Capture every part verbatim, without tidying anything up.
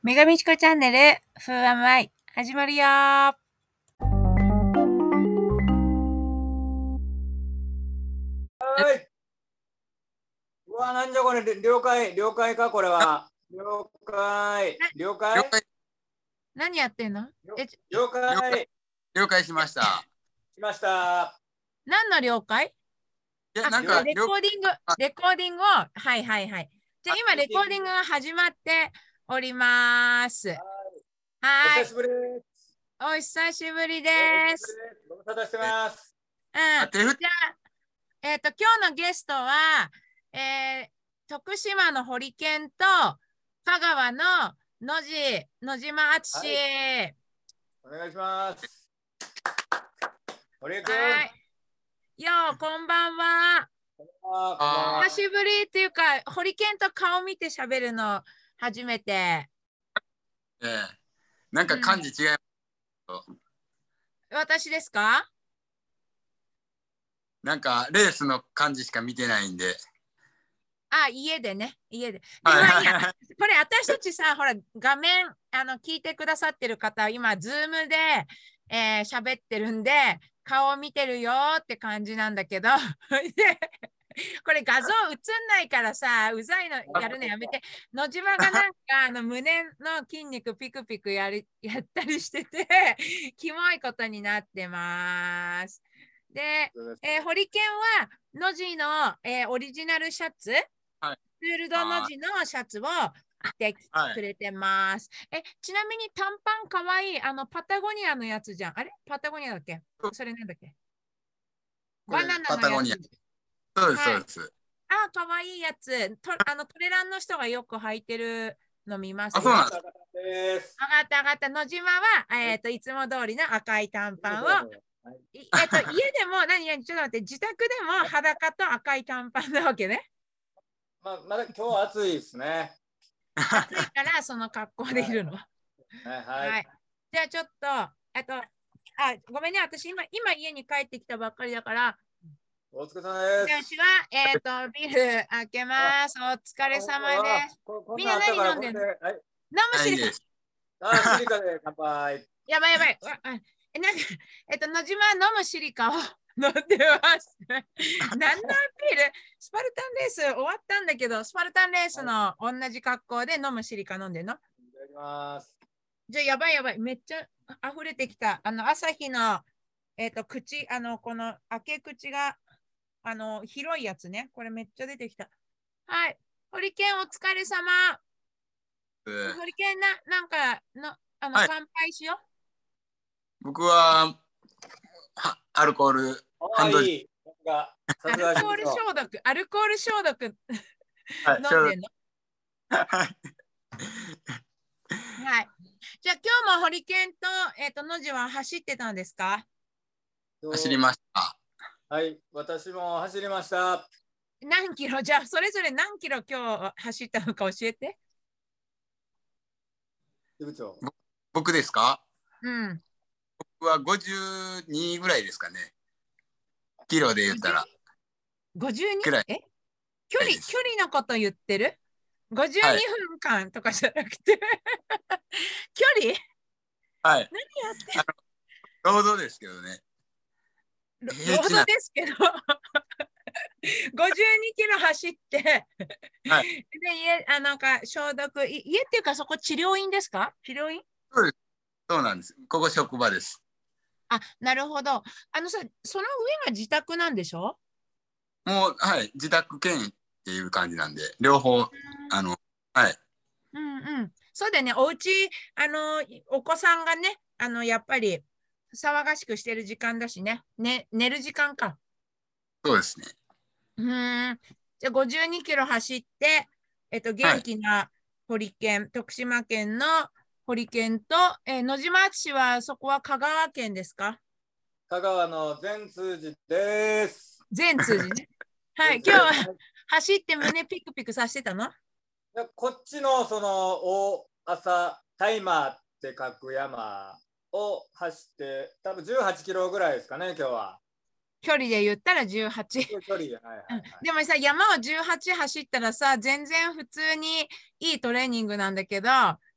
女神チコチャンネル、フーアムアイ、始まるよー。 はい。うわ、なんじゃこれ、了解、了解か、これは。了解、了解。 了解。 何やってんの？え、 了解。 了解しました。 しました。 何の了解？ いや、 あ、 なんか、 レコーディング、レコーディングを、はいはいはい。じゃあ今、レコーディングが始まっております。 はい。 はい。 お久しぶりです。 お久しぶりでお久しす。 ぶりです。ご無沙汰してます。 うん。じゃあ、えっと、今日のゲストは、えー、徳島のホリケンと、香川の野地、野島敦。 はい、お願いします。堀江君。 はい。よう、こんばんは。 こんばんは。こんばんは。 久しぶりっていうか、ホリケンと顔見て喋るの初めて。 ええ、なんか感じ違います、うん、 私ですか？ なんかレースの感じしか見てないんで。 あ、家でね、家で。で、まあいいや。これ私たちさ、ほら、画面、あの、聞いてくださってる方は今、ズームで、えー、喋ってるんで、顔見てるよって感じなんだけど、でこれ画像映んないからさ、うざいのやるのやめて。野島がなんかあの胸の筋肉ピクピクやりやったりしてて、キモいことになってます。で、えー、ホリケンは野地の、えー、オリジナルシャツ、 はい、 フールド野地のシャツを着てくれてます。はい、え、ちなみに短パンかわいい、あのパタゴニアのやつじゃん。あれパタゴニアだっけ？それなんだっけ？バナナのやつ。 そうです、そうです。 あ、かわいいやつ。とあのトレランの人がよく履いてるの見ますよ。 あ、そうなんです。 上がった上がった。野島は、えっ、ー、と、いつも通りの赤い短パンを、はい、えっ、ー、と、家でも、何々、ちょっと待って、自宅でも裸と赤い短パンなわけね。 まあ、まだ今日は暑いですね。 暑いから、その格好でいるの。はい、はいはい、じゃあ、ちょっと、あと、あ、ごめんね、私今、今家に帰ってきたばっかりだから、 お疲れ様です。 私は、えっ、ー、と、ビール開けます。お疲れ様です。みんな何飲んでんの？はい、飲むシリカ。 あ、シリカで乾杯。 やばいやばい。え、なんか、えっと、野島飲むシリカを飲んでます。何のアピール？スパルタンレース終わったんだけど、スパルタンレースの同じ格好で飲むシリカ飲んでんの？いただきます。 じゃあ、やばいやばい。めっちゃ溢れてきた。あの、朝日の、えっと、口、あの、この開け口が、あの、広いやつね。これめっちゃ出てきた。はい。ホリケンお疲れ様。ホリケンな、なんかの、あの、はい、乾杯しよう。 僕はアルコールハンドリアルコール消毒、アルコール消毒飲んでんの？はい。じゃあ今日もホリケンと、えっと、野地は走ってたんですか？ 走りました。 はい、私も走りました。 何キロ？じゃあそれぞれ何キロ今日走ったのか教えて。 部長。 僕ですか？ うん。 僕はごじゅうにぐらいですかね。キロで言ったら。 ごじゅうに？ え？距離、距離のこと言ってる？ ごじゅうに 分間とかじゃなくて、はい、距離？ はい。 何やってんの？労働ですけどね。 労働ですけど。ごじゅうにキロ走って、はい、で家あなんか消毒、家っていうかそこ治療院ですか？治療院？ そうです。そうなんです。ここ職場です。 あ、なるほど。あのさ、その上が自宅なんでしょ？ もう、はい、自宅兼っていう感じなんで、両方、あの、はい。 うんうん。そうだよね。お家、あの、お子さんがね、あの、やっぱり騒がしくしてる時間だしね。ね、寝る時間か。 そうですね。 うん。じゃあごじゅうにキロ走って、えっと、元気なホリケン、はい、徳島県のホリケンと、えー、野島敦はそこは香川県ですか？ 香川の善通寺です。 善通寺ね。はい、今日は走って胸ピクピクさせてたの？ こっちのその大朝タイマーって書く山を走って多分じゅうはちキロぐらいですかね、今日は。 距離で言ったらじゅうはち。距離、はいはいはい、でもさ、山をじゅうはち走ったらさ、全然普通にいいトレーニングなんだけど、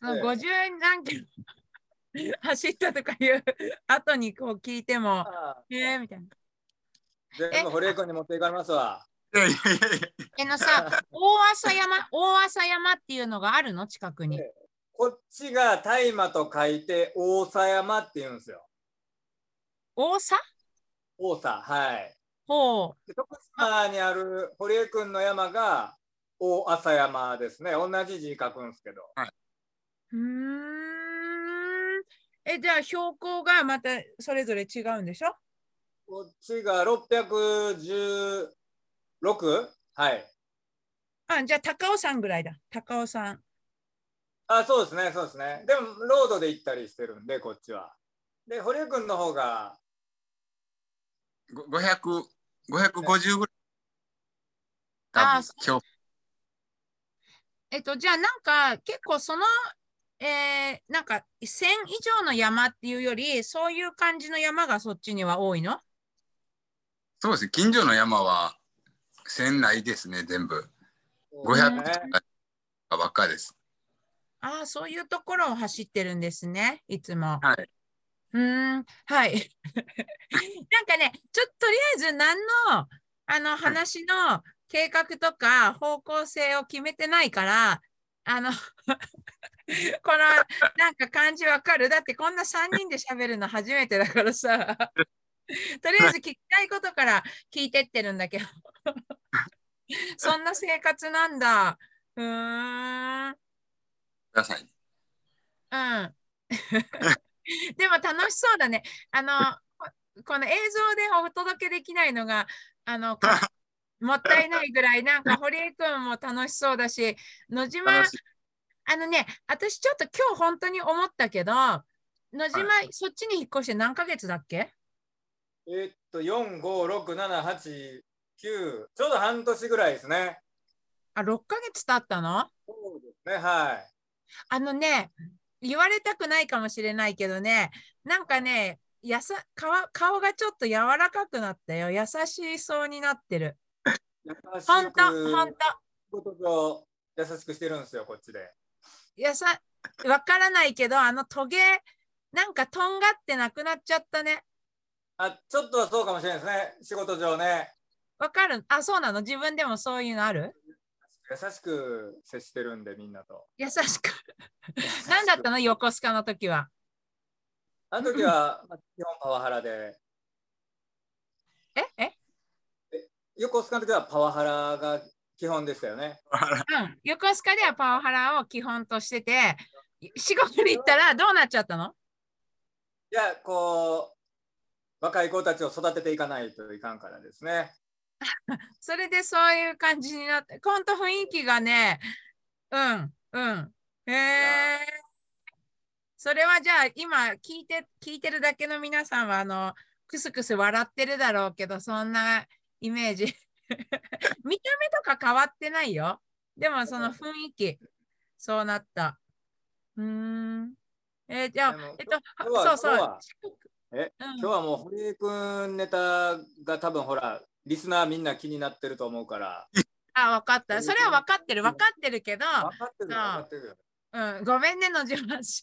そのごじゅう何キロ走ったとかいう後にこう聞いても、えーみたいな。 全部堀江君に持っていかれますわ。 いやいやいやいや。 えのさ、大朝山、大朝山っていうのがあるの近くに。 こっちが大麻と書いて大狭山って言うんですよ。 大佐大狭、はい。 ほう。 で徳島にある堀江君の山が大朝山ですね。同じ字書くんですけど。 はい、 うーん。え、じゃあ標高がまたそれぞれ違うんでしょ？ こっちがろっぴゃくじゅうろく？はい。 あ、じゃあ高尾山ぐらいだ。高尾山。 あ、そうですね、そうですね。でも、ロードで行ったりしてるんで、こっちは。で、堀江君の方が、 ごひゃく、ごひゃくごじゅうぐらい。多あ、 分今日えっと、じゃあなんか結構その、えー、なんかせん以上の山っていうより、そういう感じの山がそっちには多いの？ そうですね、近所の山はせんないですね、全部。ごひゃくとかばっかです。 ああ、そういうところを走ってるんですね、いつも。 はい。 うーん、はい。なんかね、ちょっととりあえず何の、あの話の計画とか方向性を決めてないから、あのこのなんか感じわかる？だってこんなさんにんで喋るの初めてだからさ、とりあえず聞きたいことから聞いてってるんだけど、そんな生活なんだ。うーん。 ください。 うん。でも楽しそうだね。あの、この映像でお届けできないのが、あの、かもったいないぐらい、なんか堀江君も楽しそうだし、野島、 楽しい。 あのね、私ちょっと今日本当に思ったけど、野島、 はい、 そっちに引っ越して何ヶ月だっけ？ えー、っと、よん、ご、ろく、なな、はち、きゅう、ちょうど半年ぐらいですね。 あ、ろっかげつ経ったの？ そうですね、はい。 あのね、言われたくないかもしれないけどね、なんかね、やさ顔顔がちょっと柔らかくなったよ。優しそうになってる。 優しほんと、ほんく、 と。 ことと優しくしてるんですよ、こっちで。 やさ、わからないけど、あのトゲ、なんかとんがってなくなっちゃったね。 あ、ちょっとはそうかもしれないですね、仕事上ね。 わかる？あ、そうなの？自分でもそういうのある？ 優しく接してるんで、みんなと。 優しく。何だったの？横須賀の時は。 あの時は、まあ、基本パワハラで。 ええ横須賀の時はパワハラが基本でしたよね。 うん。横須賀ではパワハラを基本としてて、仕事に行ったらどうなっちゃったの？ いや、こう、若い子たちを育てていかないといかんからですね。 それでそういう感じになって、ほんと雰囲気がね、うん、うん。へえ。それはじゃあ今聞いて、聞いてるだけの皆さんは、あの、クスクス笑ってるだろうけど、そんなイメージ。見た目とか変わってないよ。でもその雰囲気、そうなった。うーん。えーじゃあ、 でもえっと、 今日は、 そうそう。 今日は、え、 うん、 今日はもう堀江君ネタが多分ほら、リスナーみんな気になってると思うから。 あ、分かった。それは分かってる、分かってるけど、 分かってる、分かってるよ。 うん、ごめんね、野島氏。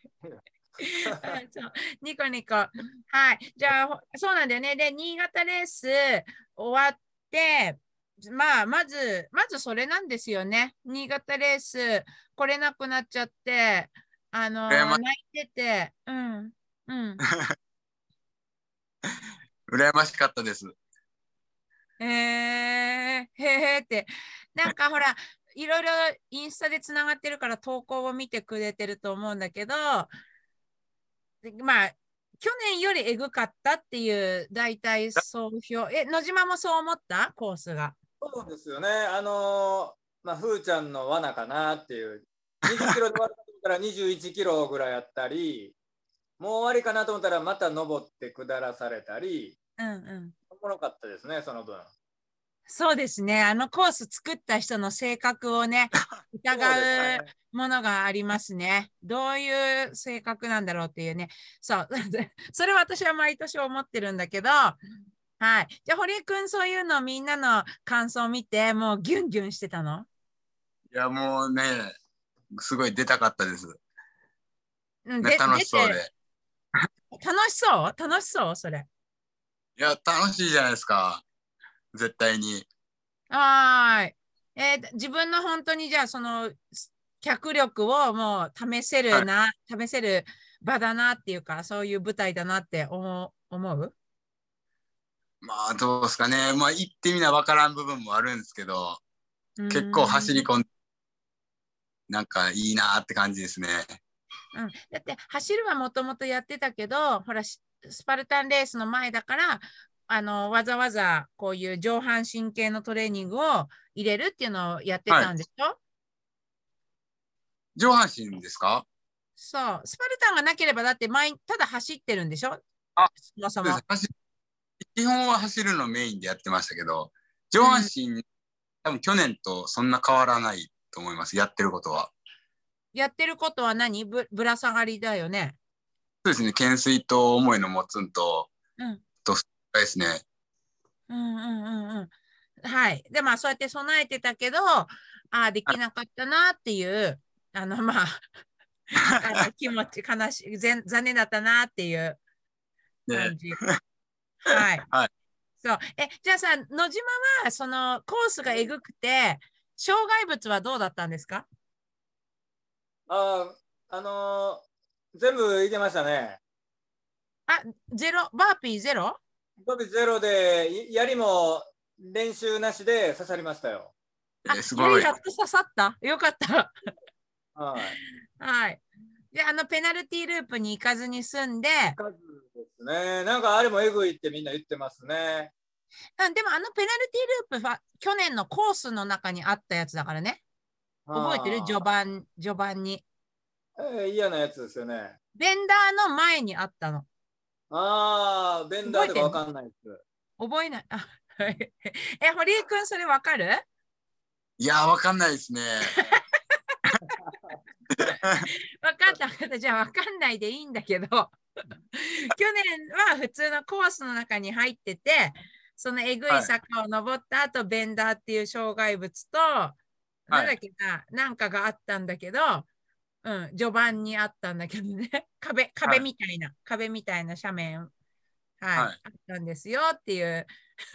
そうニコニコ。はい。じゃあ、そうなんだよね。で、新潟レース終わって、まあ、まず、まずそれなんですよね。新潟レース来れなくなっちゃって、あの羨ま、 ー泣いてて、うん、うん。 羨ましかったです。 えー、へーって。なんかほら、いろいろインスタでつながってるから投稿を見てくれてると思うんだけど、まあ、去年よりえぐかったっていう大体総評。え、野島もそう思ったコースが？ そうですよね。あのー、まあ、ふーちゃんの罠かなっていう。にじゅっキロで終わったらにじゅういちキロぐらいあったり、もう終わりかなと思ったらまた登って下らされたり、 うんうん。 おもろかったですね、その分。 そうですね。あのコース作った人の性格をね、 そうです疑うね。 ものがありますね。どういう性格なんだろうっていうね。そう。それは私は毎年思ってるんだけど、はい。じゃあ、堀江くん、そういうのみんなの感想を見て、もうギュンギュンしてたの？ いや、もうね、すごい出たかったです。 うん、 ね、 で、 楽しそうで。 出て楽しそう楽しそうそれ。 いや、楽しいじゃないですか。絶対に。 はーい。えー自分の本当にじゃあその脚力をもう試せはい。 るな、試せる場だなっていうか、そういう舞台だなって思う、思うまあ、どうですかね。まあ、行ってみなわからん部分もあるんですけど、 うー結構走りん。 込んで、なんかいいなって感じですね。 うん、だって走るはもともとやってたけど、ほら、スパルタンレースの前だから、あの、わざわざこういう上半身系のトレーニングを入れるっていうのをやってはい。 たんでしょ？ 上半身ですか？ そう。スパルタンがなければだって前、ただ走ってるんでしょ？ あ、 そもそも。 そうです。走基本は走るのメインでやってましたけど、上うん。 半身、多分去年とそんな変わらないと思います。やってることは。 やってることは何ぶ、ぶら下がりだよね。 そうですね。懸垂と重いの持つんと、 うん。 と、ですね。 うんうんうんうん。はい。で、まあ、そうやって備えてたけど、ああ、できなかったなっていう、あの、まあ、あの気持ち、悲しい、ぜん残念だったなっていうで、 感じ。はい。 はい。 そう。え、じゃあさ、野島は、そのコースがえぐくて、障害物はどうだったんですか？ ああ、あのー全部いけましたね。 あ、ゼロ、バーピーゼロ？ 飛びゼロで、い槍も練習なしで刺さりましたよ。 あ、 えーすごい。 やりやっと刺さったよかった。 はい。 はい。で、あの、ペナルティーループに行かずに済んで、 数ですね。なんかあれもエグいってみんな言ってますね。 うん、でもあのペナルティーループは去年のコースの中にあったやつだからね。覚えてる序は盤、序盤に。 あ、えー嫌なやつですよね。 ベンダーの前にあったの。 ああ、ベンダーとかわ覚えてんの？ かんないです。 覚えない。あはいえ、堀江くん、それわかる？ いやー、わかんないですね。 わかった、わかった。じゃあわかんないでいいんだけど、去年は普通のコースの中に入ってて、そのえぐいはい。 坂を登った後、ベンダーっていう障害物と、なんはい。 だっけな、なんかがあったんだけど、うん、序盤にあったんだけどね、壁、壁はい。 みたいな、壁みたいな斜面、はい、 はい。 あったんですよっていう。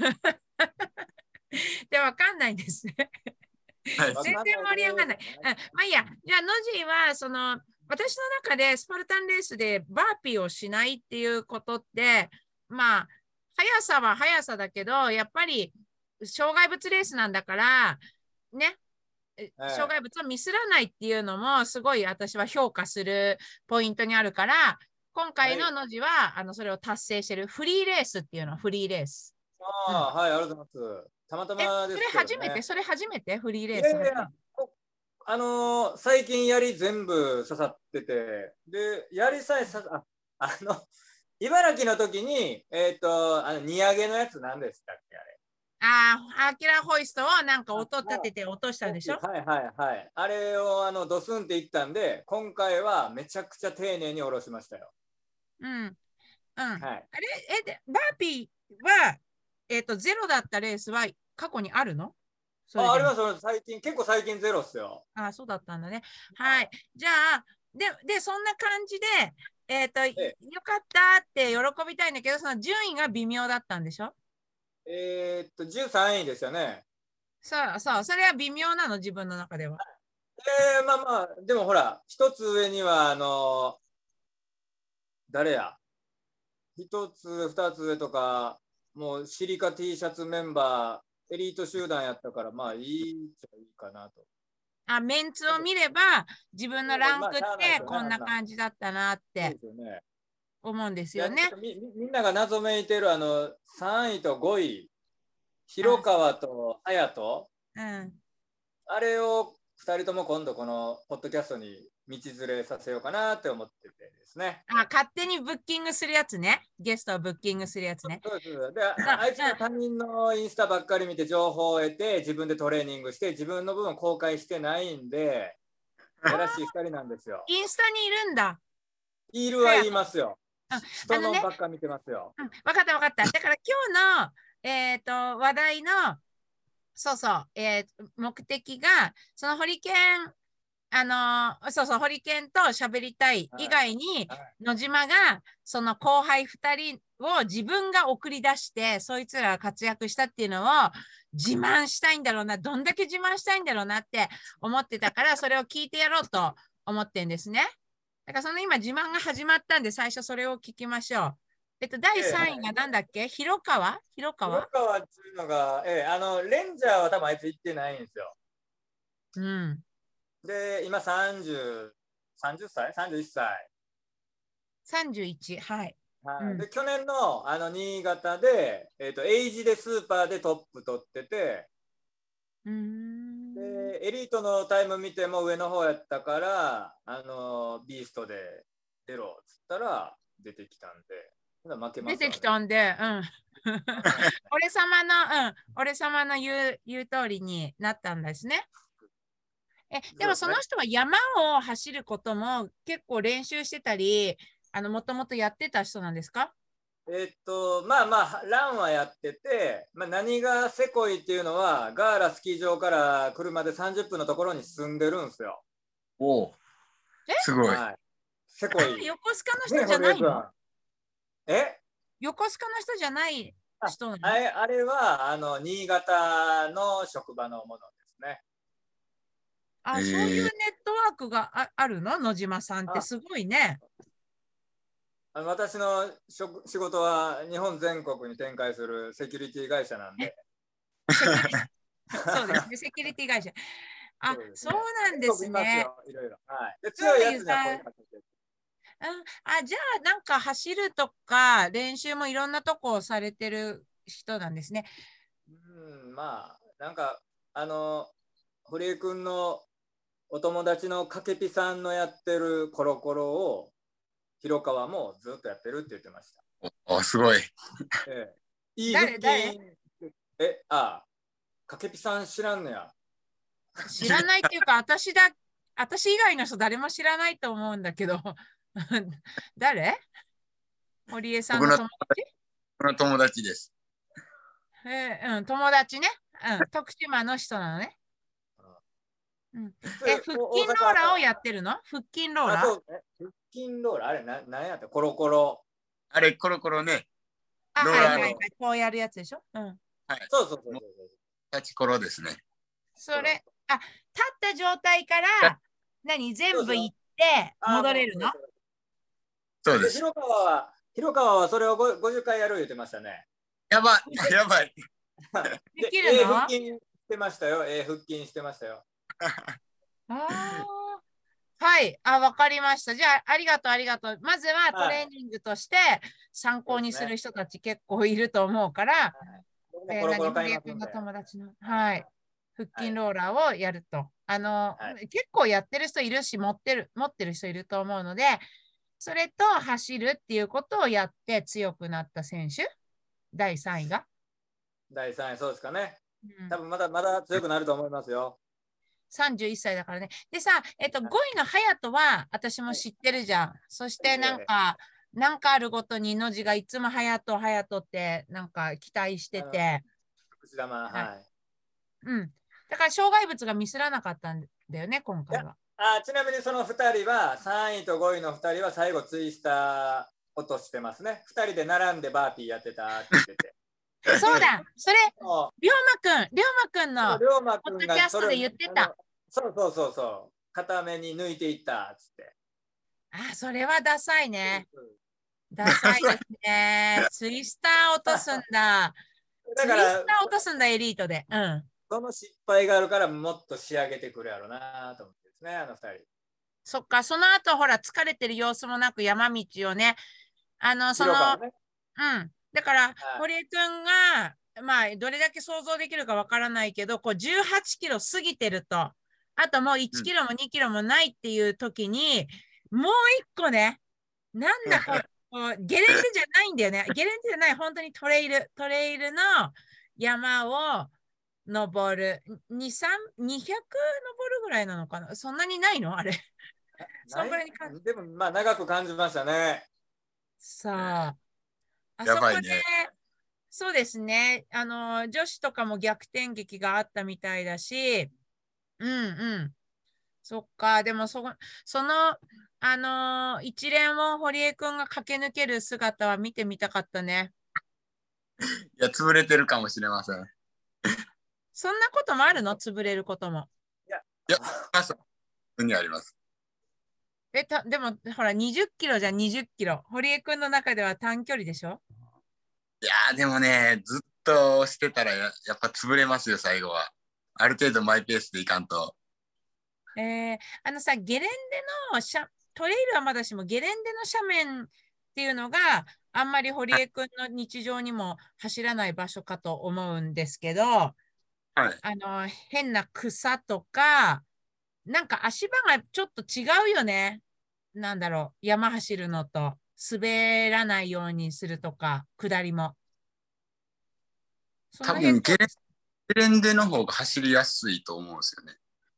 で、わかんないんですね。 はい。 わ全然かんないで盛り上がらない。 すね。 うん、まあいいや、じゃあ、ノジーは、その、私の中でスパルタンレースでバーピーをしないっていうことって、まあ、速さは速さだけど、やっぱり、障害物レースなんだから、ね、障え害物をミスらないっていうのもすごい私は評価するポイントにあるから、今え、はい。 回のノジはあのそれを達成してるフリーレースっていうの、フリーレース。うん。 ああ、はい、ありがとうございます。たまたえ、 まですそれ初めてけどね。 それ初めてフリーレーいやいやいや、 ス初めて。 こあのー最近槍全部刺さってて、で、槍さえ刺さ、あ、あの、茨城の時に、えっと、あの、荷上げのやつ何でしたっけ、あれ。 ああ、アキラホイストをなんかあ、 音立てはて落としたんでしい、 ょ？ はいはいはい。あれを、あの、ドスンっていったんで、今回はめちゃくちゃ丁寧に下ろしましたよ。 うん。うん。あはい。 れ、え、で、バーピーは、えっと、ゼロだったレースは過去にあるの？それあ、あでも。 ります、あります最近、結構最近ゼロっすよ。 ああ、そうだったんだね。はい。 はじゃあ、で、で、そんな感じで、えっと、 い。で、 よかったって喜びたいんだけど、その順位が微妙だったんでしょ？ えーっと、じゅうさんいですよね。 そうそう、それは微妙なの、自分の中では。 えー、まあまあ、でもほら、一つ上には、あのー誰や、一つ、二つ上とか、もうシリカ T シャツメンバー、エリート集団やったから、まあいいっちゃいいかなと。 あ、メンツを見れば、自分のランまあ、しクってゃあないですよね、 こんなあんな。 感じだったなっそうてですよね。 思うんですいや、 よね。 ちょっとみみんなが謎めいてるあのさんいとごい、広あ、 川と隼人、 うん。 あれをふたりとも今度このポッドキャストに道連れさせようかなって思っててですね。 あ、勝手にブッキングするやつね。ゲストをブッキングするやつね。 そうです。で、 あ、 あいつが他人のインスタばっかり見て情報を得て、自分でトレーニングして、自分の分を公開してないんで、 うん、あやらしいふたりなんですよ。 インスタにいるんだ。 いるは言いはやと。 ますよ。 うん、あ人のね、 のばっか見てますよ。 うん、わかったわかった。だから今日の、えっと、話題の、そうそう、えー目的が、そのホリケンあのーそうそう、ホリケンと喋りたい以外に、 はい野島がその後輩ふたりを自分が送り出して、そいつらが活躍したっていうのを自慢したいんだろうな、どんだけ自慢したいんだろうなって思ってたから、それを聞いてやろうと思ってんですね。だからその今自慢が始まったんで、最初それを聞きましょう。えっと、だいさんいがなんだっけ、広川広川広川っていうのが、ええ、あの、レンジャーは多分あいつ行ってないんですよ。 うん。 で、今さんじゅう、さんじゅっさい ?さんじゅういっさい。 さんじゅういち、はい。 はい、 うん、 で、去年のあの新潟で、えっと、エイジでスーパーでトップ取ってて、 うーん。 で、エリートのタイム見ても上の方やったから、あの、ビーストで出ろっつったら出てきたんで、ほな負けますわね。 出てきたんで、うん。俺様の、うん、俺様の言う、言う通りになったんですね。え、でもその人は山を走ることも結構練習してたり、あの、もともとやってた人なんですか？ えっと、まあまあ、ランはやってて、まあ、何がせこいっていうのは、ガーラスキー場から車でさんじゅっぷんのところに住んでるんですよ。 おお、 えすごい。 はい。せこい。 横須賀のね、 人じゃないの？ え横須賀の人じゃないあ人なの？ あれあれは、あの、新潟の職場のものですね。 あ、 えそういうネッー、 トワークがあ、あるの野島さんってあすごいね。 あの私の職仕事は日本全国に展開するセキュリティ会社なんで。 セキュリそうですね、セキュリティ会社。あ、そうそうですね。 なんです全国いますね。 よ、いろいろ。はい。で、 そう強いやついうさ、 には声かけてる。 うん、あ、じゃあなんか走るとか練習もいろんなとこをされてる人なんですね。 うん、まあ、なんか、あの、堀江君のお友達のかけぴさんのやってるコロコロを、広川もずっとやってるって言ってました。 お、おすごい。 ええ、いい腹誰誰筋。え、あ、かけぴさん知らんのや。 知らないっていうか、私だ、私以外の人誰も知らないと思うんだけど。誰？堀江さん僕の、 の友達？ 僕の友達です。 えーうん、友達ね。うん、徳島の人なのね。うん、え、腹筋ロ大阪ーラーをやってるの？腹筋ローあ、 ラー？ そうね。腹筋ローラー、あれ、な、なんやったコロコロ。 あれ、コロコロね、 あ、 ローラーの、 はいはいはい。こうやるやつでしょ？うん。 はい、 そうそうそうもそう立ちコロですね。 それ、あ、立った状態から、何、 そう。そうそう。 全部行ってあ、もう、 戻れるの？ で、 そうです。 広川は、広川はそれをごごじゅっかいやる言ってましたね。 やばい、やばい。 で、 できる A の？ 腹あ筋してましたよ。A 腹筋してましたよ。 あー、はい。あ、わかりました。じゃあ、ありがとう、ありがとう。まずはトはい。 レーニングとして参考にするそうですね。 人たち結構いると思うから、 僕もえー、 コロコロ何、堀江君の買いますんで。 友達の、はい。腹はい。 筋ローラーをやると。あの、 はい。 結構やってる人いるし、持ってる、持ってる人いると思うので、それと走るっていうことをやって強くなった選手、だいさんいが。 だいさんい、そうですかね。 うん、 多分まだまだ強くなると思いますよ。 さんじゅういっさいだからね。でさ、えっと、ごいの隼人は私も知ってるじゃん。そしてなんええ、 か、なんかあるごとにの字がいつも隼人、隼人ってなんか期待してあの、 て、 口玉、 はい。 はい。 うん。だから障害物がミスらなかったんだよね、今いや、 回は。 あ、ちなみにそのふたりは、さんいとごいのふたりは最後ツイスター落としてますね。ふたりで並んでバーピーやってたって言ってて。 そうだ、それ、 そ龍馬くん、龍馬くんう、 の龍馬ポッくんドキャストでがそれを、 言ってた。 あの、そうそうそうそう、固めに抜いていったっつって。 あ、それはダサいね。 そうダサいですね。ツイスター落とすんだ。ツイスだから、 ター落とすんだ、エリートで。うん。 その失敗があるから、もっと仕上げてくるやろうなと思ってですね、あのふたり。 そっか、その後、ほら、疲れてる様子もなく山道をね、あの、その、 広川ね。 うん。だから、 はい。 堀江くんが、まあ、どれだけ想像できるかわからないけど、こう、じゅうはちキロ過ぎてると、あともう1 うん。 キロもにキロもないっていう時に、もう一個ね、なんだこう、こうゲレンデじゃないんだよね。ゲレンデじゃない、本当にトレイル、トレイルの山を登る。に、さん、にひゃく登るぐらいなのかな？そんなにないのあれ。そんぐらない、 いにか、 でも、まあ、長く感じましたね。 さあ、あそこで、 やばいね。 そうですね。あの、女子とかも逆転劇があったみたいだし、うんうん。 そっか、でもそ、その、あのー一連を堀江くんが駆け抜ける姿は見てみたかったね。 いや、潰れてるかもしれません。いそんなこともあるの？潰れることも。 いや、 や、まあ、普通にあります。 え、た、でも、ほら、にじゅっキロじゃにじゅっキロ。堀江くんの中では短距離でしょ？ いやー、でもね、ずっとしてたらや、やっぱ潰れますよ、最後は。ある程度マイペースでいかんと。 えー、あのさ、ゲレンデの斜トレイルはまだしも、ゲレンデの斜面っていうのがあんまり堀江くんの日常にも走らない場所かと思うんですけど、あはい。 の、変な草とか、なんか足場がちょっと違うよね。なんだろう、山走るのと、滑らないようにするとか、下りも。その辺多分ゲレ、ゲレンデの方が走りやすいと思うんですよね。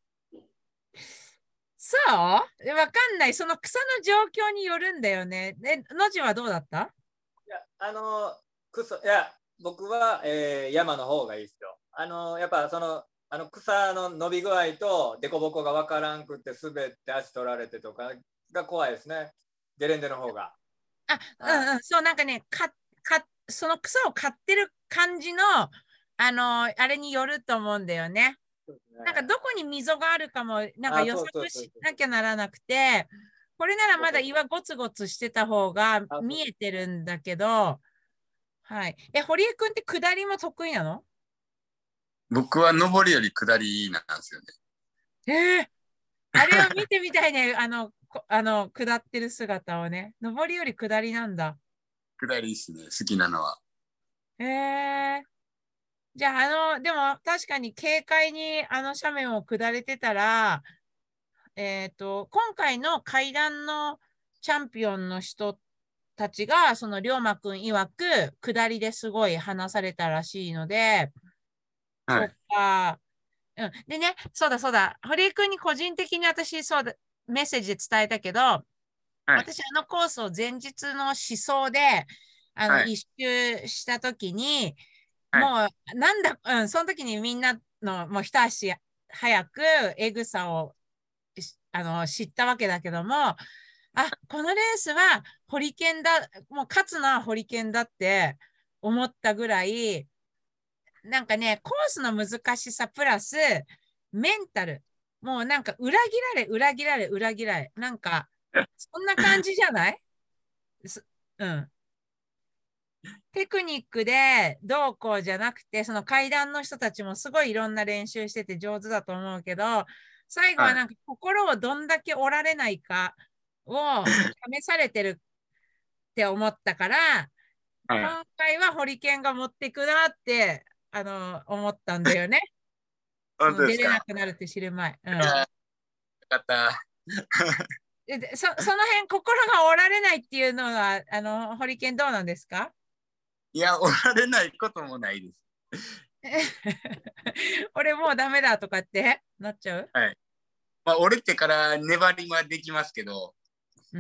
そうわかんない。その草の状況によるんだよね。で、野地はどうだった？ いや、あの、草、いや、僕は、えー山の方がいいですよ。あの、やっぱその、あの草の伸び具合と凸凹がわからんくって滑って足取られてとかが怖いですね。ゲレンデの方が。 あ、 はい。 うんうん、そう、なんかね、か、か、その草を刈ってる感じの、あのあれによると思うんだよね。 そうですね。 なんかどこに溝があるかも、なんかあ、 予そうそう測しそうそう。 なきゃならなくて、これならまだそうそうそう。 岩ゴツゴツしてた方があ、そう見えてるんだけど、はい。え、堀江くんって下りも得意なの？ 僕は上りより下りなんですよね。 えー、あれを見てみたいね。あの、こあの、下ってる姿をね。上りより下りなんだ。 下りですね、好きなのは。 えー、じゃあ、あの、でも確かに軽快にあの斜面を下れてたら、えっと、今回の階段のチャンピオンの人たちが、その龍馬くん曰く、下りですごい話されたらしいので、そっはい。 か。うん。でね、そうだそうだ。堀江くんに個人的に私、そうだ、メッセージで伝えたけど、 はい。 私、あのコースを前日の思想で、あの、 はい。 一周したときに、 はい。 もう、なんだ、うん、その時にみんなの、もう一足早く、エグさを、あの、知ったわけだけども、あ、このレースは、ホリケンだ、もう勝つのはホリケンだって思ったぐらい、なんかね、コースの難しさプラス、メンタル。もうなんか裏切られ、裏切られ、裏切られ。なんか、そんな感じじゃない？すうん。テクニックでどうこうじゃなくて、その階段の人たちもすごいいろんな練習してて上手だと思うけど、最後ははい。 なんか心をどんだけ折られないかを試されてるって思ったから、 はい。 今回はホリケンが持っていくなって、あの、思ったんだよね。その出れな本当ですか？ くなるって知る前。ういやー、 ん。 よかった。 ででそ、その辺、心が折られないっていうのは、あの、ホリケンどうなんですか？ いや、おられないこともないです。 俺もうダメだとかってなっちゃう？ はい。まあ、折れてから粘りはできますけど、 うん。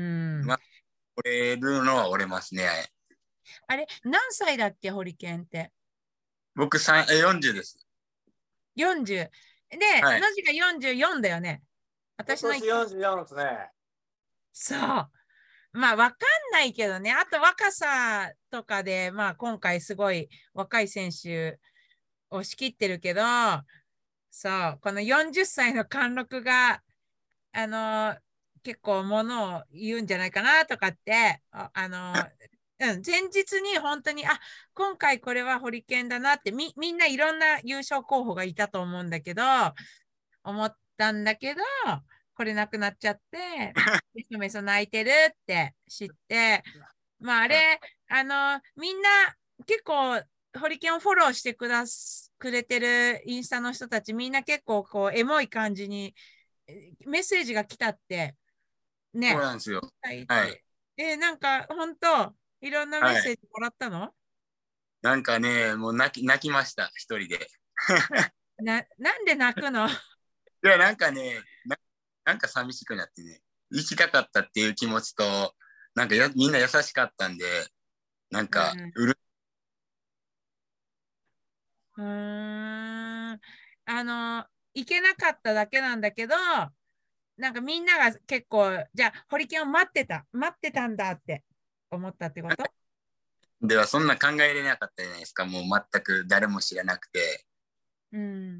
まあ、折れるのは折れますね。はい。 あれ、何歳だっけ、ホリケンって。 僕さん、えよんじゅうです。 よんじゅう。で、 はい。 ノジがよんじゅうよんだよね。私の今年よんじゅうよんですね。 そう。まあ、わかんないけどね。あと、若さとかで、まあ、今回すごい若い選手を仕切ってるけど、そう、このよんじゅっさいの貫禄が、あの、結構ものを言うんじゃないかなとかって、あ、あの、うん、前日に本当に、あ、今回これはホリケンだなって、み、みんないろんな優勝候補がいたと思うんだけど、思ったんだけど、これなくなっちゃって、メソメソ泣いてるって知って、まああれ、あの、みんな結構、ホリケンをフォローしてくだす、くれてるインスタの人たち、みんな結構こう、エモい感じにメッセージが来たって、 そうね、 なんですよ。 はいっはい。 て。え、なんか、本当いろんなメッはい。 セージもらったの？ なんかね、もう泣き、泣きました、一人で。 な、なんで泣くの？ いや、なんかね、な、なんか寂しくなってね、行きたかったっていう気持ちと、なんかやみんな優しかったんで、なんうか、 ん。 うる、 うーん。あの、行けなかっただけなんだけど、 なんかみんなが結構、じゃあ、ホリケンを待ってた、待ってたんだって思ったってこと？ ではそんな考えれなかったじゃないですか。もう全く誰も知らなくて。 うん。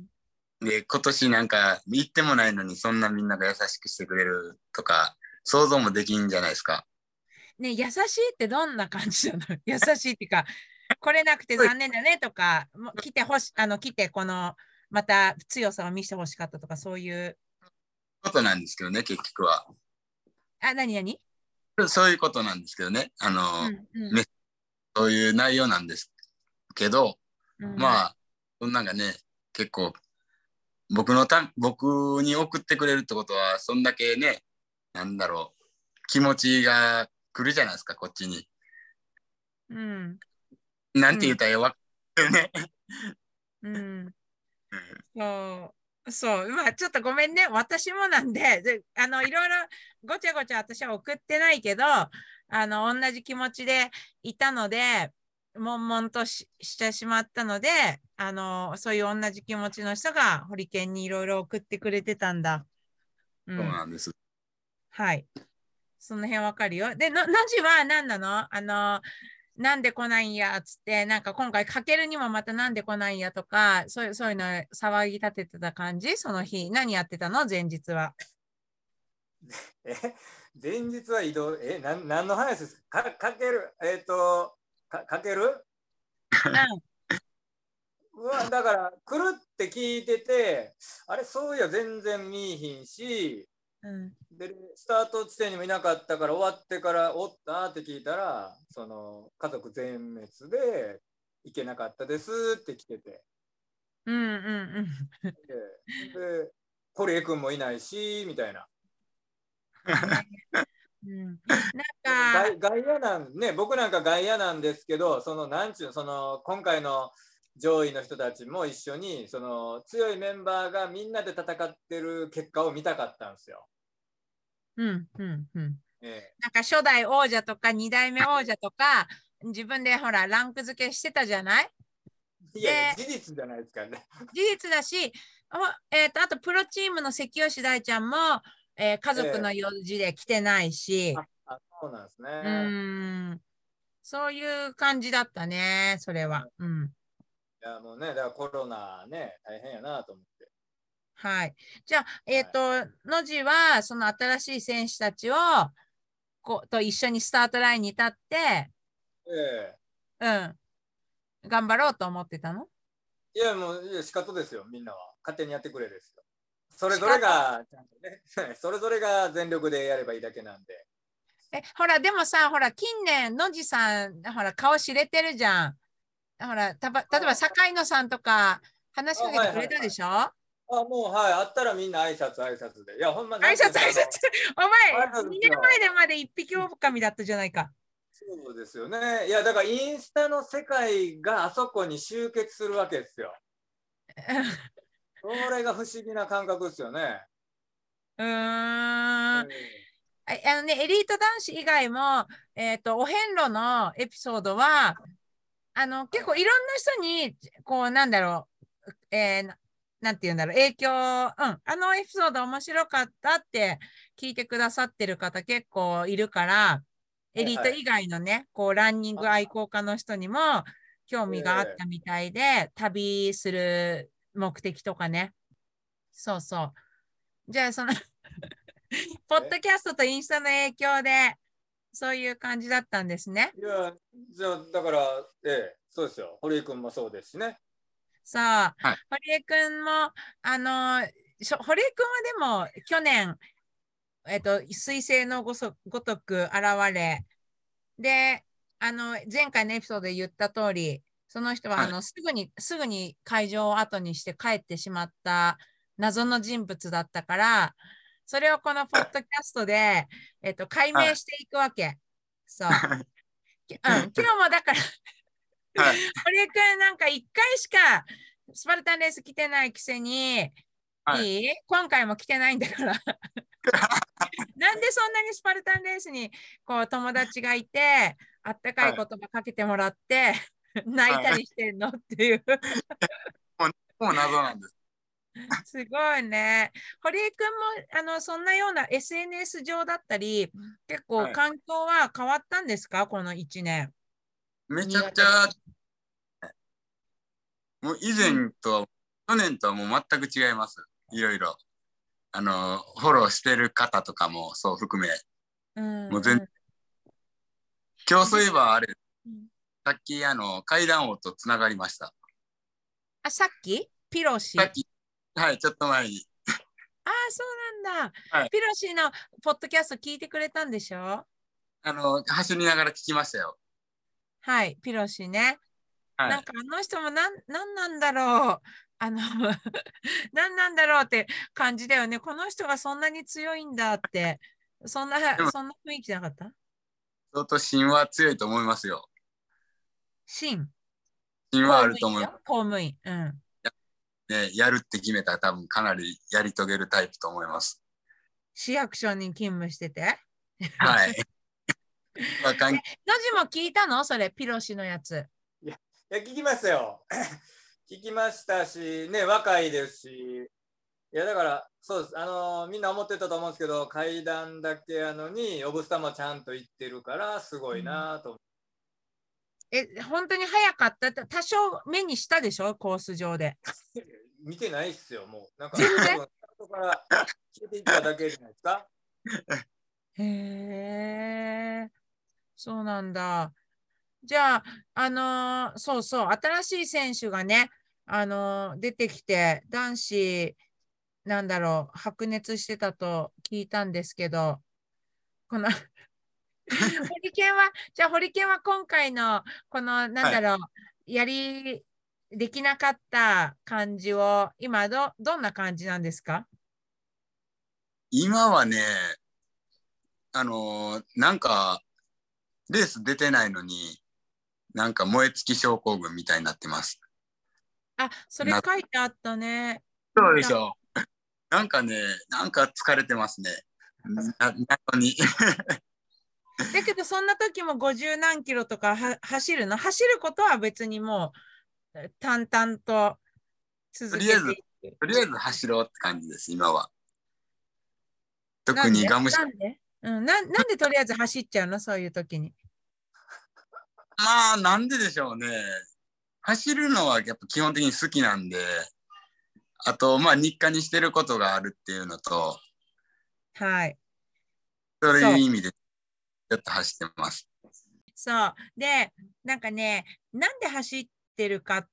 で、今年なんか行ってもないのにそんなみんなが優しくしてくれるとか想像もできんじゃないですか。 ね、優しいってどんな感じなの？優しいっていうか、来れなくて残念だねとか、もう来てほし、あの、来てこの、また強さを見せてほしかったとか、そういう。 ことなんですけどね、結局は。 あ、何何？ そういうことなんですけどね。あの、 うんうんね、そういう内容なんですけど、 うん、 まあ、そんなんがね、結構、僕のた、僕に送ってくれるってことは、そんだけね、なんだろう、気持ちが来るじゃないですか、こっちに。 うんなんて言ううんたらわかるね。 うんそう、そう、まあちょっとごめんね、私もなんで、であのいろいろごちゃごちゃ私は送ってないけど、あの同じ気持ちでいたので、悶々とし、してしまったので、あのそういう同じ気持ちの人がホリケンにいろいろ送ってくれてたんだ。うそうん、 なんです。 はい。その辺わかるよ。で、の、のじは何なの？あの、なんで来ないんやっつって、なんか今回かけるにもまたなんで来ないんやとか、そういう、そういうの騒ぎ立ててた感じ？その日。何やってたの前日は。 え、前日は移動、え、なん、何の話ですか？か、かける、えっ、と、か、かけるううわ、だから来るって聞いてて、あれ、そういや全然見えひんし、 ん。うん。 で、スタート地点にもいなかったから終わってからおったって聞いたら、その家族全滅で行けなかったですって来てて。 うんうんで、で堀江君もいないし、みたいな。 うん。ね。うん。 でもなんか、 外外野なんね、僕なんか外野なんですけど、そのなんちゅうその今回の上位の人たちも一緒にその強いメンバーがみんなで戦ってる結果を見たかったんですよ。 うんうんうん。 えなんか初代王者とか二代目王者とか、自分でほら、ランク付けしてたじゃない？ え、いやいや、 で、 事実じゃないですかね。 事実だし、あえーと、あとプロチームの関吉大ちゃんも、えー家族のええ、 用事で来てないし、 あ、あ、そうなんですうね。 ーん、そういう感じだったね、それは。うん。 いや、もうね、だからコロナね、大変やなと思って。 はい。じゃあ、えっはと、野地は、その新しい選手たちを、こう、と一緒にスタートラインに立って、 い。えうん、頑張ろうと思ってたの？ え、いや、もう、いや、仕方ですよ、みんなは。勝手にやってくれですよ。それぞれ仕方。 が、ちゃんとね、それぞれが全力でやればいいだけなんで。 え、ほら、でもさ、ほら、近年、野地さん、ほら、顔知れてるじゃん。ほら、たば、例えば、 あ、 坂井野さんとか、話あ、 しかけてくれはいはいはい。 たでしょ？挨あ、もう、はい、あったらみんな挨拶挨拶で。いや、ほんま、なんていうん拶、 ですか、あの、 挨拶。お前、 挨拶で 2 すよ。 年前でまで一匹狼だったじゃないか。 そうですよね。いや、だからインスタの世界があそこに集結するわけですよ。それが不思議な感覚ですよね。 うーん。あえあのね、エリート男子以外も、えっと、お遍路のエピソードは、あの、 ー、はいはい。 結構いろんな人に、こう、なんだろう、えーな、なんて言うんだろう、影響、うん、あのエピソード面白かったって聞いてくださってる方結構いるから、エはいはい。 リート以外のね、こう、ランニング愛あ、 好家の人にも興味があっえたみたいで、旅する目的とかね。そうそう。じゃあ、そのポッー、え、 ドキャストとインスタの影響で、そういう感じだったんですね。 いや、じゃあ、だから、ええ、そうですよ。堀井君もそうですしね。 さあ、 はい。 堀江くんも、あの、しょ堀江くんはでも、去年、えっと、彗星のごそごとく現れ、で、あの、前回のエピソードで言った通り、その人は、 はい。 あの、すぐに、すぐに会場を後にして帰ってしまった謎の人物だったから、それをこのポッドキャストで、えっと、解はい。 明していくわけ。そう。きうん、今日もだからはい。 堀江くんなんか一回しかスパルタンレース来てないくせに、 はい。 いい今回も来てないんだからなんでそんなにスパルタンレースにこう友達がいて、あったかいはい。 言葉かけてもらって泣いたはい。 りしてんのっていうもう、もう謎なんです。 すごいね。堀江君もあのそんなような エスエヌエス 上だったり、結構はい。 環境は変わったんですか、このいちねん。 めちゃくち苦手だ。 ゃ、もう以うん。 前とは、去年とはもう全く違います。いろいろ。あの、フォローしてる方とかもそう含め、 うんもう全、 うん。 今日そういえ自分、 ばあれ、 うん、 さっきあの、階段王とつながりました。 あ、さっきピロシ。 さっき、はい、ちょっと前に。 ああ、そうなんだ。 はい。 ピロシのポッドキャスト聞いてくれたんでしょ？ あの、走りながら聞きましたよ。 はい、ピロシね。 はい。 なんかあの人もなん、なんなんだろう。あのなんなんだろうって感じだよね。この人がそんなに強いんだって。そんな、 でも、 そんな雰囲気じゃなかった？ 相当芯は強いと思いますよ。 シン、 芯は公あると思いま務員よ。公務員。うん。 すね。やるって決めたら多分かなりやり遂げるタイプと思います。 市役所に勤務してて。 はい。まあ、関係ノジも聞いたのそれ、ピロシのやつ。 いや、いや聞きましたよ。聞きましたし、ね、若いですし、いや、だから、そうです。あのーみんな思ってたと思うんですけど、階段だけやのに、オブスタもちゃんと行ってるから、すごいうん、 なと思え、本当に早かった？多少目にしたでしょコース上で。 って。見てないっすよ、もう。なんか、 全然。 多分、後から聞いていっただけじゃないですか。 へえ、そうなんだ。じゃあ、あのーそうそう、新しい選手がね、あのー出てきて、男子、なんだろう、白熱してたと聞いたんですけど、このホリケンは、じゃあ、ホリケンは今回の、この、なんはい。 だろう、やり、できなかった感じを、今ど、どんな感じなんですか？ 今はね、あのーなんか、レース出てないのに、なんか燃え尽き症候群みたいになってます。 あ、それな、 書いてあったね。見た。 そうでしょう。なんかね、なんか疲れてますね。な、なのに。 だけど、そんな時もごじゅう何キロとかは走るの？走ることは別にもう淡々と続けとりあえず、 ていく。 とりあえず走ろうって感じです、今は。 なんで特にがむしゃなんでうん、な、なんでとりあえず走っちゃうのそういう時に。 まあ、なんででしょうね。走るのはやっぱ基本的に好きなんで、あと、まあ、日課にしてることがあるっていうのと、 はい。 そうそう。 いう意味でちょっと走ってます。 そう。で、なんかね、なんで走ってるかって、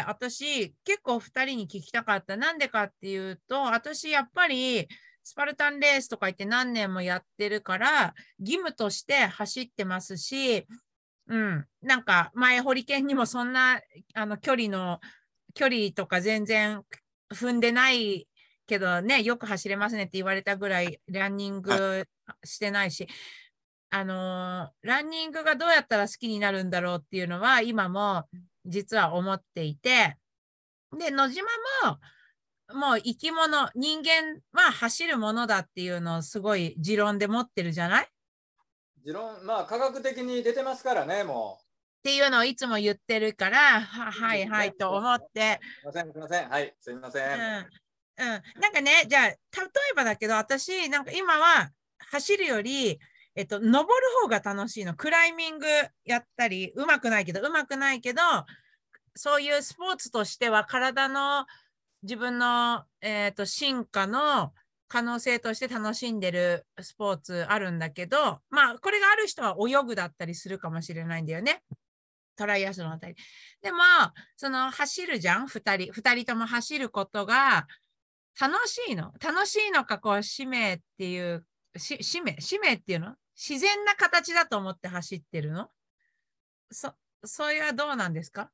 私、結構ふたりに聞きたかった。なんでかっていうと、私、やっぱり、スパルタンレースとか言って何年もやってるから、義務として走ってますし、うん、なんか前、ホリケンにもそんなあの距離の、距離とか全然踏んでないけどね、よく走れますねって言われたぐらいランニンはい。 グしてないし、あのーランニングがどうやったら好きになるんだろうっていうのは今も実は思っていて、で、野島ももう生き物、人間は走るものだっていうのをすごい持論で持ってるじゃないっ持論、まあ、科学的に出てますからね、もていうのをいつも言ってるから、は、 う。いいはいはいですね。 と思って、 すみません、すみません。はい、すみませうん、 ん。 うん。なんかね、じゃあ、例えばだけど、私、なんか今は走るより、えっと、登る方が楽しいの。クライミングやったり、うまくないけど、うまくないけど、そういうスポーツとしては体の自分の、えーと、進化の可能性として楽しんでるスポーツあるんだけど、まあ、これがある人は泳ぐだったりするかもしれないんだよね。トライアスロンあたり。でも、その走るじゃん、二人。二人とも走ることが楽しいの。楽しいのか、こう、使命っていう、し使命、使命っていうの自然な形だと思って走ってるの？そ、それはどうなんですか？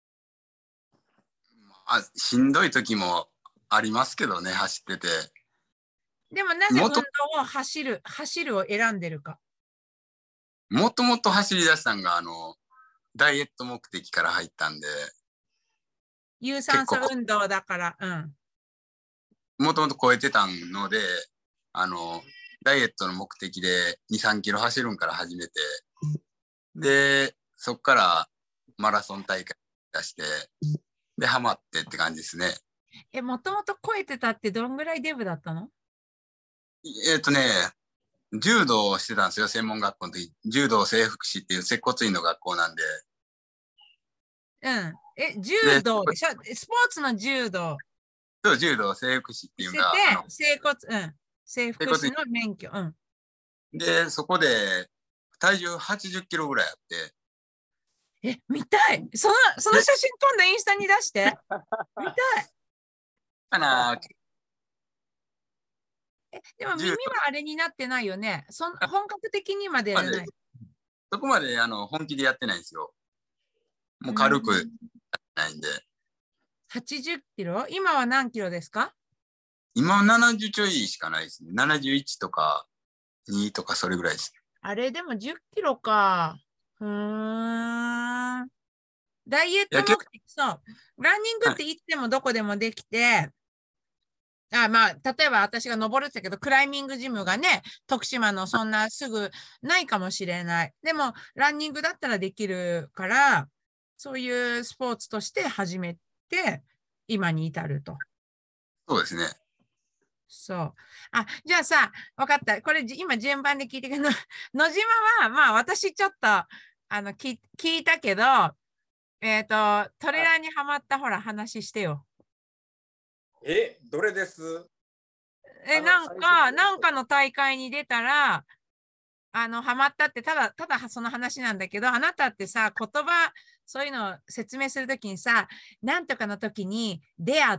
あ、しんどい時もありますけどね、走ってて。 でもなぜ運動もと、 を走る、走るを選んでるか。 もともと走り出したんが、あの、ダイエット目的から入ったんで、 有酸素結構運動だから。うん。 もともと超えてたので、あの、ダイエットの目的でに、さんキロ走るんから始めて、で、そっからマラソン大会出して、で、ハマってって感じですね。 え、もともと超えてたってどんぐらいデブだったの？ えっとね、柔道をしてたんですよ、専門学校の時。柔道整復師っていう接骨院の学校なんで。 うん。え、柔で、 道でしょ？スポーツの柔道そう柔道整復師っていうしてて、 のが、あの、 整骨、うん。整整骨院復師の免許。うん。 で、そこで体重はちじゅっキロぐらいあって、 え、見たい。その、そので、 写真今度インスタに出して。見たい。 かな、 え、でも耳は柔道、 あれになってないよね。そん、本格的にまでやまで、 らない。 そこまであの本気でやってないんですよ。もううん。 軽くやってないんで。 はちじゅっキロ？今は何キロですか？ 今はななじゅうちょいしかないですね。ななじゅういちとかにとかそれぐらいです。 あれでもじゅっキロか。うーん。ダイエットいや、 目結的、そう。ランニング構、はい、 っていつでもどこでもできて、あ、まあ、例えば私が登るって言ったけど、クライミングジムがね、徳島のそんなすぐないかもしれない。でも、ランニングだったらできるから、そういうスポーツとして始めて、今に至ると。 そうですね。 そう。あ、じゃあさ、わかった。これじ今順番で聞いてくるの。野島は、まあ私ちょっと、あの、聞聞いたけど、えっと、トレーラーにはまったほら話してよ。 え、どれです？ え、 あの、 なん最初か、 のやなんかの大会に出たら、あの、ハマったって、ただ、ただその話なんだけど、あなたってさ、言葉、そういうのを説明するときにさ、なんとかの時に出会って、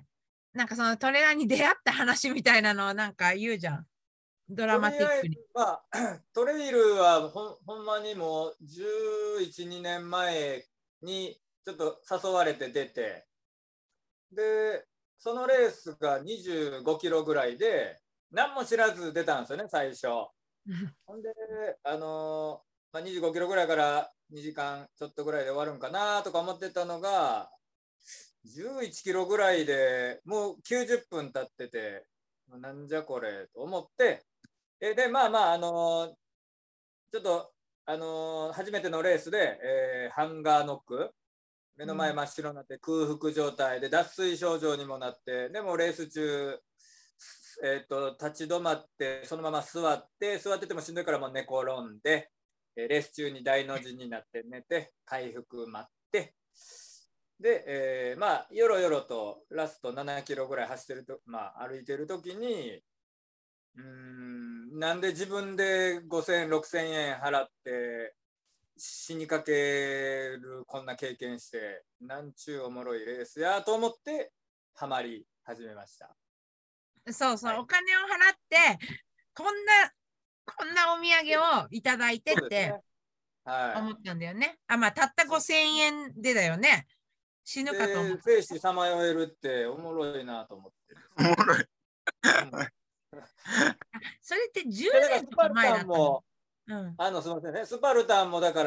なんかそのトレーラーに出会った話みたいなのをなんか言うじゃん。ドラとりマティックに。 あえず、まあ、トレイルはほんほんまにもうじゅういち、にねんまえにちょっと誘われて出て、で、そのレースがにじゅうごキロぐらいで、何も知らず出たんですよね、最初。ほんで、あのまあ、にじゅうごキロぐらいからにじかんちょっとぐらいで終わるんかなとか思ってたのが、じゅういちキロぐらいでもうきゅうじゅっぷん経ってて、なんじゃこれと思って、えで、まあまあ、あのちょっと、あの初めてのレースで、えーハンガーノック、目の前真っ白になって空腹状態で脱水症状にもなって、でもレース中、えー、と立ち止まってそのまま座って座っててもしんどいからもう寝転んで、えーレース中に大の字になって寝て回復待ってで、えーまあよろよろとラストななキロぐらい走ってると、まあ、歩いてる時にうーんなんで自分でごせんえんろくせんえん払って死にかけるこんな経験してなんちゅうおもろいレースやと思ってハマり始めました。 そうそう、 はい、 お金を払って、こんな、こんなお土産をいただいてってそうですね。は思ったんだよね。あ、まあ、たったごせんえんでだよね。死い。 ぬかと思で、 った。 生死さまよえるっておもろいなと思ってですね。 おもろい。 うん、 それって10 で、だから年とかスパル前だったの？ タンも、 うん。 あの、すみませんね、スパルタンもだから、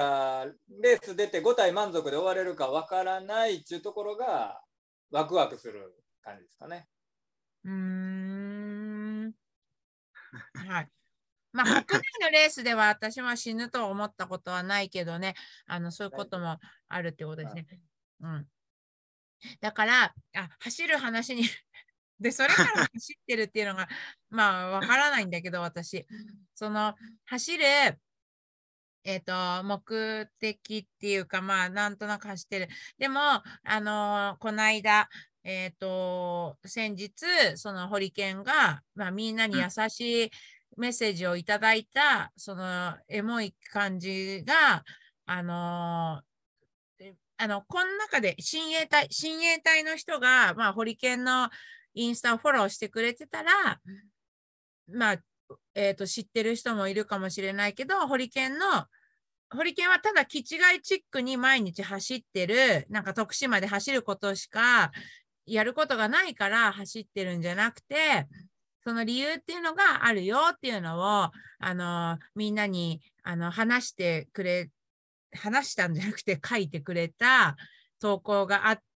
レース出てご体満足で終われるかわからないっていうところが、ワクワクする感じですかね。 うーん。はい。まあ、国内のレースでは私は死ぬと思ったことはないけどね、あの、そういうこともあるってことですね。うん。だから、あ、走る話にで、それから走ってるっていうのが、まあ、わからないんだけど、私。その、走る、えっと、目的っていうか、まあ、なんとなく走ってる。でも、あのこの間、えっと、先日、そのホリケンが、まあ、みんなに優しいメッセージをいただいた、その、エモい感じが、あのあの、この中で親衛隊、親衛隊の人が、まあ、ホリケンのインスタをフォローしてくれてたら、まあ、えっと、知ってる人もいるかもしれないけど、ホリケンの、ホリケンはただ気違いチックに毎日走ってる、なんか徳島で走ることしかやることがないから走ってるんじゃなくて、その理由っていうのがあるよっていうのを、あの、みんなに、あの、話してくれ、話したんじゃなくて書いてくれた投稿があって、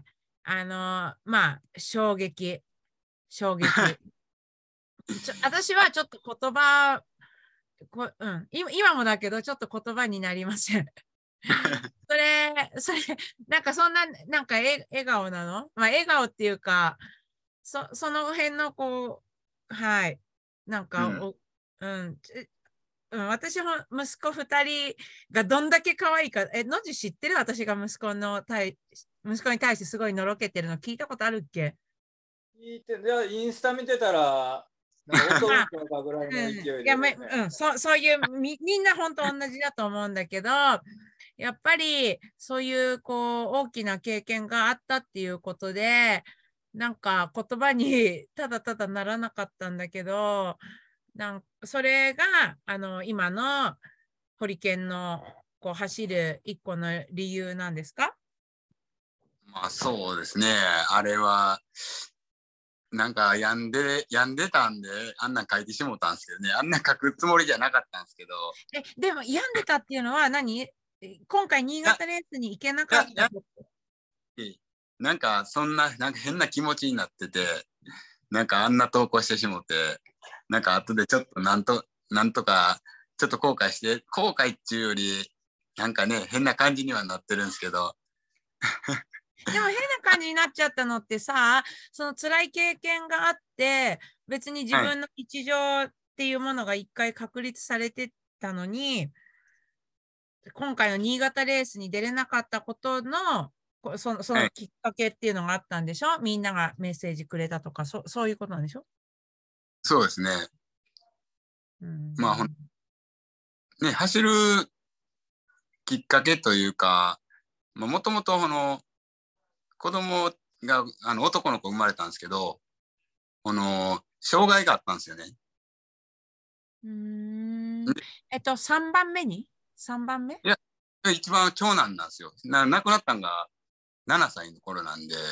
あの、まあ、衝撃、衝撃。ちょ私はちょっと言葉、こうん、今今もだけど、ちょっと言葉になりません。 それ、それ、なんかそんな、なんかえ笑顔なの？まあ、笑顔っていうか、そ、その辺のこう、はい、なんか、 うんお、うん、ちうん、私も息子ふたりがどんだけ可愛いか、え、のじ知ってる？私が息子の対、息子に対してすごいのろけてるの聞いたことあるっけ？ 聞いて、いや、インスタ見てたら、なんか襲うんまあ、 ちゃうかぐらいの勢いうん、いで、 や、め、 ね。 うん、そ、そういうみ、みんな本当同じだと思うんだけど、やっぱりそういうこう大きな経験があったっていうことで、なんか言葉にただただならなかったんだけど、なんそれがあの今のホリケンのこう走る一個の理由なんですか？ まあそうですね。あれは、なんか病んで、病んでたんで、あんなん書いてしもたんですけどね。あんなん書くつもりじゃなかったんですけど。 え、でも病んでたっていうのは何？今回新いや、 潟レースに行けないや、 かったこと？ いやなんかそんな、なんか変な気持ちになってて、なんかあんな投稿してしもて、なんか後でちょっとなんと、なんとか、ちょっと後悔して、後悔っていうより、なんかね、変な感じにはなってるんですけど。 でも変な感じになっちゃったのってさ、その辛い経験があって、別に自はい。 分の日常っていうものが一回確立されてたのに、今回の新潟レースに出れなかったことの、こその、そはい。 のきっかけっていうのがあったんでしょ？みんながメッセージくれたとか、そ、そういうことなんでしょ？ そうですね。 うまあほん、 ん。 ね、走るきっかけというか、もともとこの子供があの男の子生まれたんですけど、この障害があったんですよね。 うーん。 でえっと、さんばんめに ?さん 番目？ いや、一番長男なんですよ。な亡くなったんがななさいの頃なんで、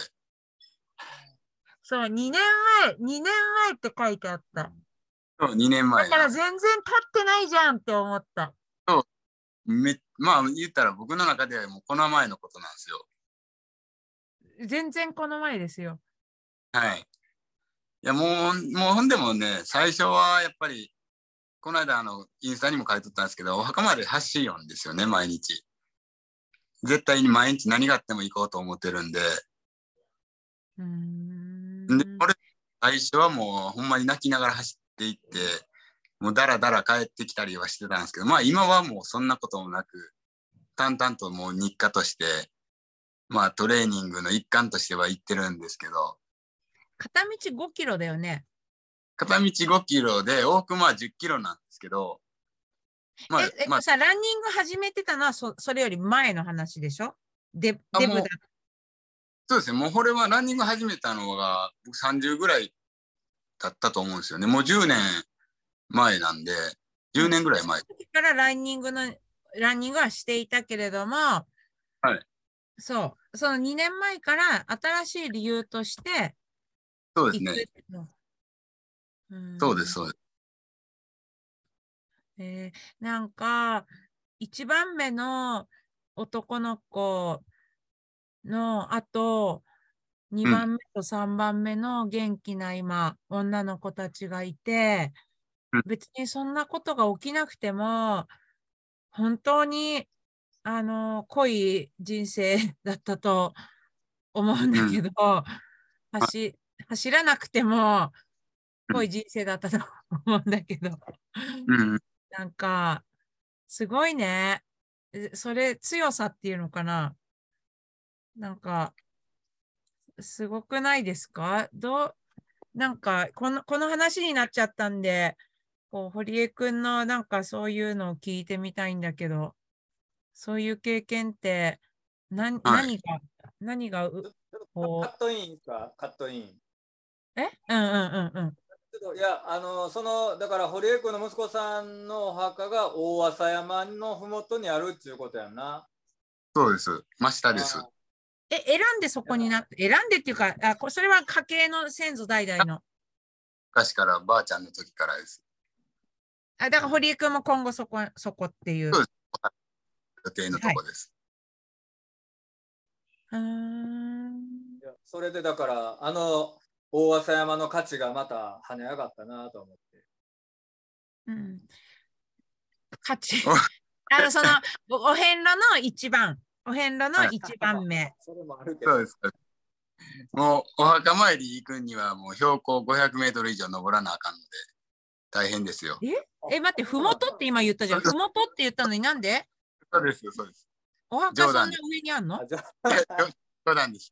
そう、にねんまえ、にねんまえって書いてあった。 にねんまえなんです。 だから全然経ってないじゃんって思った。 そうめまあ言ったら僕の中ではもうこの前のことなんですよ。 全然この前ですよ。 はい。いやもう、もうほんでもね、最初はやっぱり、この間あの、インスタにも書いとったんですけど、お墓まで走りよんですよね、毎日。絶対に毎日何があっても行こうと思ってるんで。 うーで、 ん。 俺、最初はもうほんまに泣きながら走っていって、もうだらだら帰ってきたりはしてたんですけど、まあ今はもうそんなこともなく、淡々ともう日課として、まあトレーニングの一環としては行ってるんですけど、 片道ごキロだよね。 片道ごキロで往復まあじゅっキロなんですけど、まえ、 あまあ、 えっとさ、ランニング始めてたのはそ、それより前の話でしょ？デ、デブだ。 あもうそうですね、もうこれはランニング始めたのが僕さんじゅうぐらい経ったと思うんですよね。もうじゅうねんまえなんで、10 うん。 年ぐらい前。 その時からランニングの、ランニングはしていたけれども、 はい。 そう、そのにねんまえから新しい理由として行くそうですね。 の。うそうです、 ん。 そうです。 えーなんか、一番目の男の子の後、 うん。 にばんめとさんばんめの元気な今、女の子たちがいて、 うん。 別にそんなことが起きなくても、本当に、あの、濃い人生だったと思うんだうん。 けど、 は走、走らなくてもい。うん。 濃い人生だったと思うんだけど、 うん。 なんか、すごいね。えそれ、強さっていうのかな。なんか、すごくないですか？どう、なんか、この、この話になっちゃったんで、こう、堀江くんのなんかそういうのを聞いてみたいんだけど、そういう経験って、な、 はい。 何が、何がう、こカットインか、カットイン。 う、えうんうんうんうん。 ちょっといや、あの、その、だから堀江君の息子さんのお墓が大浅山のふもとにあるっていうことやんな。 そうです。真下です。 あえ、選んでそこになって、選んでっていうか、あ、こそれは家系の先祖代々の。 昔からばあちゃんの時からです。 あ、だから堀江くんも今後そこ、そこっていう。 そうです。予定のとはい。 こです。 うーん。 いやそれでだから、あの大浅山の価値がまた跳ね上がったなと思って。 うん。価値、 おあの、その、おお遍路の一番、お遍路のはい一番目。 それもあるけど。 そうです。もうお墓参り行くにはもう標高ごひゃくメートル以上登らなあかんので大変ですよ。 ええ、待って、ふもとって今言ったじゃん。ふもとって言ったのになんでそうですよ、そうです。 お墓そんな上にあんのあじゃ冗談です。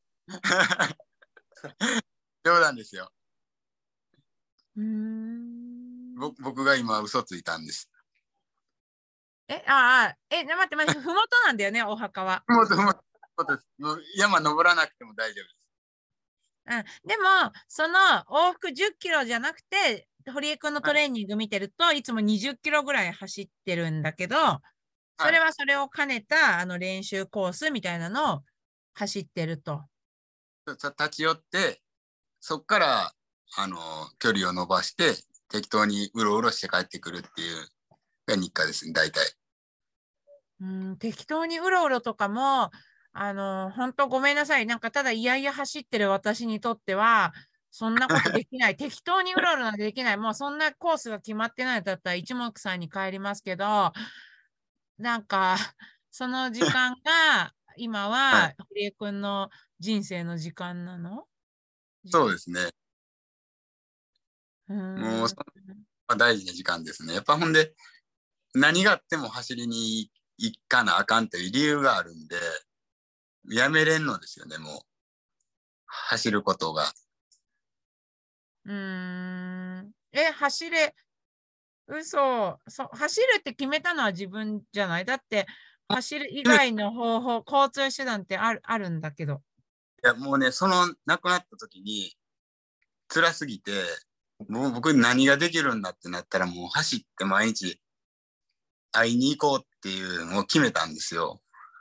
冗談ですよ。 うーん。 僕僕が今嘘ついたんです。 え、ああ、え、待って待って、ふもとなんだよね、お墓は。 もうもうそうです。もう山登らなくても大丈夫です。 うん、でも、その往復じゅっキロじゃなくて、堀江君のトレーニング見てると、いつもにじゅっキロぐらい走ってるんだけど、それはそれを兼ねたあの練習コースみたいなのを走ってると。 立ち寄って、そこからあの距離を伸ばして、適当にうろうろして帰ってくるっていうが日課ですね、大体。 うん、適当にうろうろとかも、あの、本当ごめんなさい。なんかただいやいや走ってる私にとっては、そんなことできない。適当にうろうろなんてできない。もうそんなコースが決まってないだったら一目散に帰りますけど、なんか、その時間が今はい、 は堀江君の人生の時間なの？ そうですね。 うーん。 もうそれは大事な時間ですね。やっぱほんで、何があっても走りに行かなあかんという理由があるんで、やめれんのですよね、もう。走ることが。 うーん。え、走れ、嘘。そ、走るって決めたのは自分じゃない。だって、走る以外の方法、交通手段ってある、あるんだけど。 いや、もうね、その亡くなった時に辛すぎて、もう僕何ができるんだってなったらもう走って毎日会いに行こうっていうのを決めたんですよ。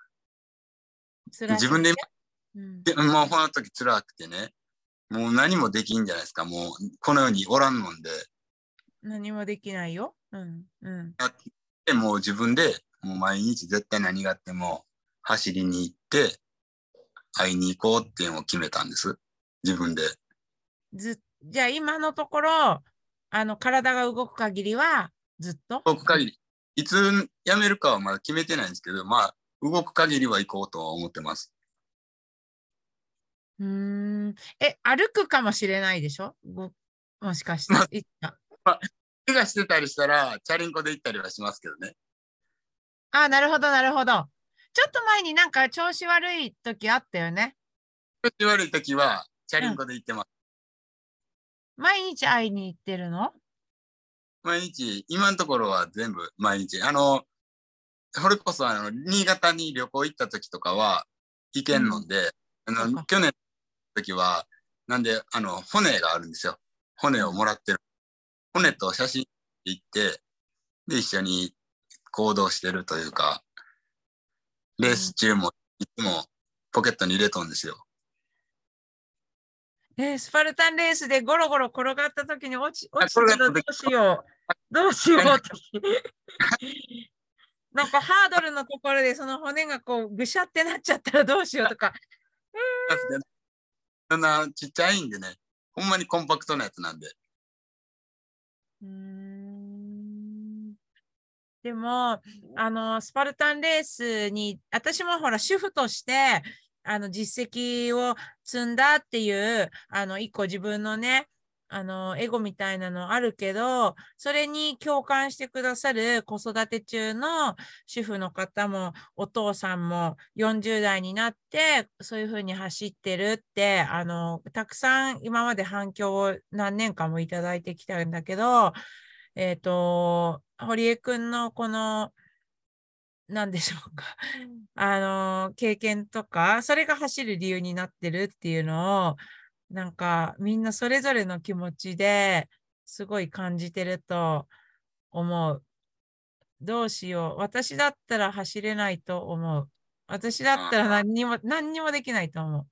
自分で、 辛すぎて。うん、 でもうこの時辛くてね、もう何もできんじゃないですか。もうこの世におらんのんで、 何もできないよ。うん、うん。 やってもう自分でもう毎日絶対何があっても走りに行って会いに行こうっていうのを決めたんです。自分で。 ず、じゃあ今のところ、あの、体が動く限りはずっと動く限り、いつ辞めるかはまだ決めてないんですけど、まあ、動く限りは行こうとは思ってます。 うーん。え、歩くかもしれないでしょごもしかして。 まあ、 いつか。 まあ、怪我してたりしたら、チャリンコで行ったりはしますけどね。 あ、なるほど、なるほど。ちょっと前になんか調子悪い時あったよね。 調子悪い時は、チャうん。 リンコで行ってます。 毎日会いに行ってるの？ 毎日、今のところは全部毎日。あの、それこそ、あの、新潟に旅行行った時とかは、行けんうん。 ので、あの、 そうか。 去年の時は、なんで、あの、骨があるんですよ。骨をうん。 もらってる。 うん。 骨と写真行って、で、一緒に行動してるというか、レーうん。 ス中もいつもポケットに入れとんですよ。 えースパルタンレースでゴロゴロ転がった時に落ち、落あ、 ちたけどどこれができうしよう。どうしようって。なんかハードルのところでその骨がこうぐしゃってなっちゃったらどうしようとか。 ますけど、そんなちっちゃいんでね、ほんまにコンパクトなやつなんで。 うーん。でも、あの、スパルタンレースに、私もほら、主婦として、あの、実績を積んだっていう、あの、一個自分のね、あの、エゴみたいなのあるけど、それに共感してくださる子育て中の主婦の方も、お父さんもよんじゅう代になって、そういうふうに走ってるって、あの、たくさん今まで反響を何年間もいただいてきたんだけど、えっと、堀江くんのこの、なんでしょうか。あの、経験とか、それが走る理由になってるっていうのを、なんか、みんなそれぞれの気持ちですごい感じてると思う。どうしよう。私だったら走れないと思う。私だったら何にも、何にもできないと思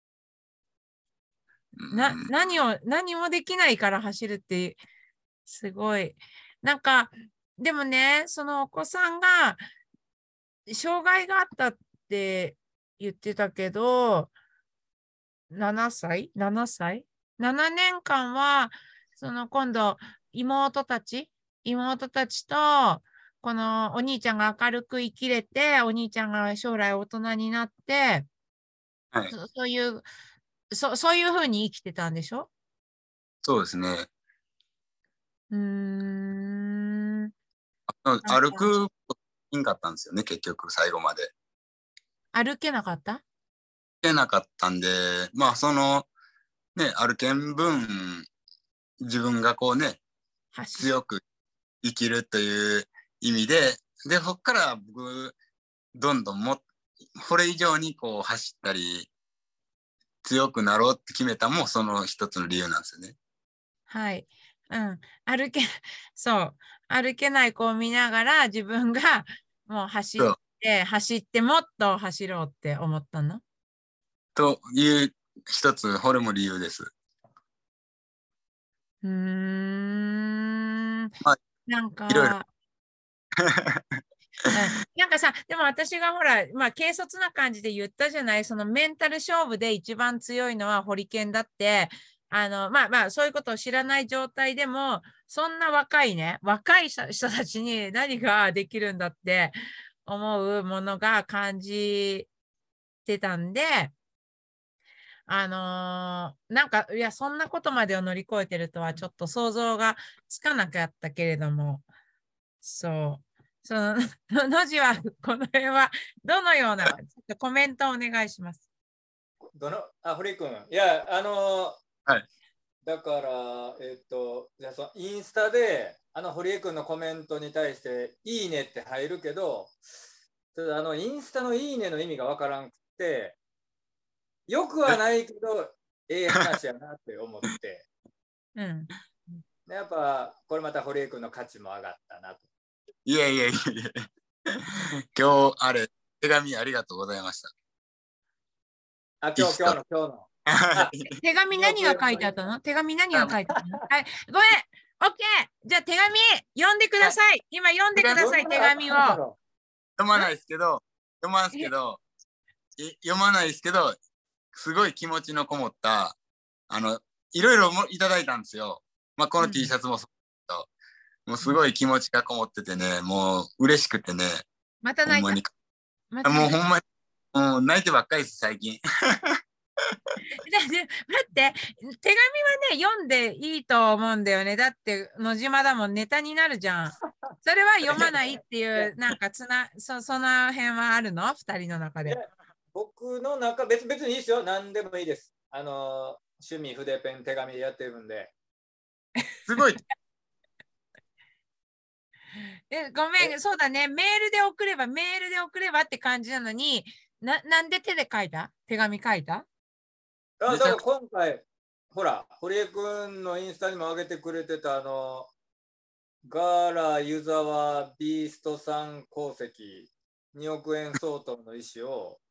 う。な、何を、何もできないから走るって、すごい。なんか、でもね、そのお子さんが、障害があったって言ってたけど、ななさい ?なな 歳 ?なな 年間は、その今度、妹たち、妹たちと、 このお兄ちゃんが明るく生きれて、お兄ちゃんが将来大人になって、 はい。 そ、そういう、そ、そういうふうに生きてたんでしょ？ そうですね。 うーん。なん歩か、 くこといんかったんですよね、結局、最後まで。 歩けなかった？ けなかったんで、まあ、その、ね、歩けん分、自分がこうね、 走強く生きるという意味で、で、そっから僕、どんどんも、これ以上にこう走ったり、強くなろうって決めたもその一つの理由なんですよね。 はい。うん。歩け、そう。歩けない子を見ながら自分がもう走っそう。 て、走ってもっと走ろうって思ったの？ という一つ、これも理由です。 うーん。 まあ、 なんいろいろ。 か、うん、なんかさ、でも私がほら、まあ、軽率な感じで言ったじゃない、そのメンタル勝負で一番強いのはホリケンだって、あの、まあまあ、そういうことを知らない状態でも、そんな若いね、若い人たちに何ができるんだって思うものが感じてたんで、あのーなんか、いや、そんなことまでを乗り越えてるとはちょっと想像がつかなかったけれども、そう。その、の字は、この辺は、どのような、ちょっとコメントをお願いします。 どの、あ、堀井君。いや、あのはい。 だから、えっと、じゃあそのインスタで、あの堀江君のコメントに対して、いいねって入るけど、ちょっとあのインスタのいいねの意味がわからんくて、よくはないけど、ええ話やなって思って、 うん。 でやっぱ、これまた堀江君の価値も上がったなと。 いやいやいやいや。今日、あれ、手紙ありがとうございました。 あ、今日、 いい人。 今日の、今日の。あ、 手紙におく何が書いてあ円のいいね。 ったの？手紙何が書いてあったの？はい。ごめん。オッケー。じゃあ手紙読んでくはい。 ださい。今読んでください、 どんなのあっ手紙を。 たんだろ読まないですけど、読まんすけえ、 ど、い読まないですけど、すごい気持ちのこもった、あの、いろいろもいただいたんですよ。まあ、この T シうん。 ャツもそうだけど、もうすうん。 ごい気持ちがこもっててね、もう嬉しくてね、 また泣いた？ ほんまに。 また泣いた？ もうほんまに、もう泣いてばっかりです、最近。 だって待って、手紙はね、読んでいいと思うんだよね。だって、野島だもん、ネタになるじゃん。それは読まないってう。いや、 いう、なんかつな、そ、その辺はあるの？二人の中いやで。 僕の中、別、別にいいですよ。何でもいいです。あの、趣味、筆ペン、手紙でやってるんで。 すごい、 え、ごめえ、 ん、そうだね。メールで送れば、メールで送ればって感じなのに、な、なんで手で書いた？手紙書いた？ あ、だからめちゃくち今回、ほら、堀江君のインスタにも上げてくれてた、あの、ガーラ湯沢ビーストさん鉱石におく円相当の石を、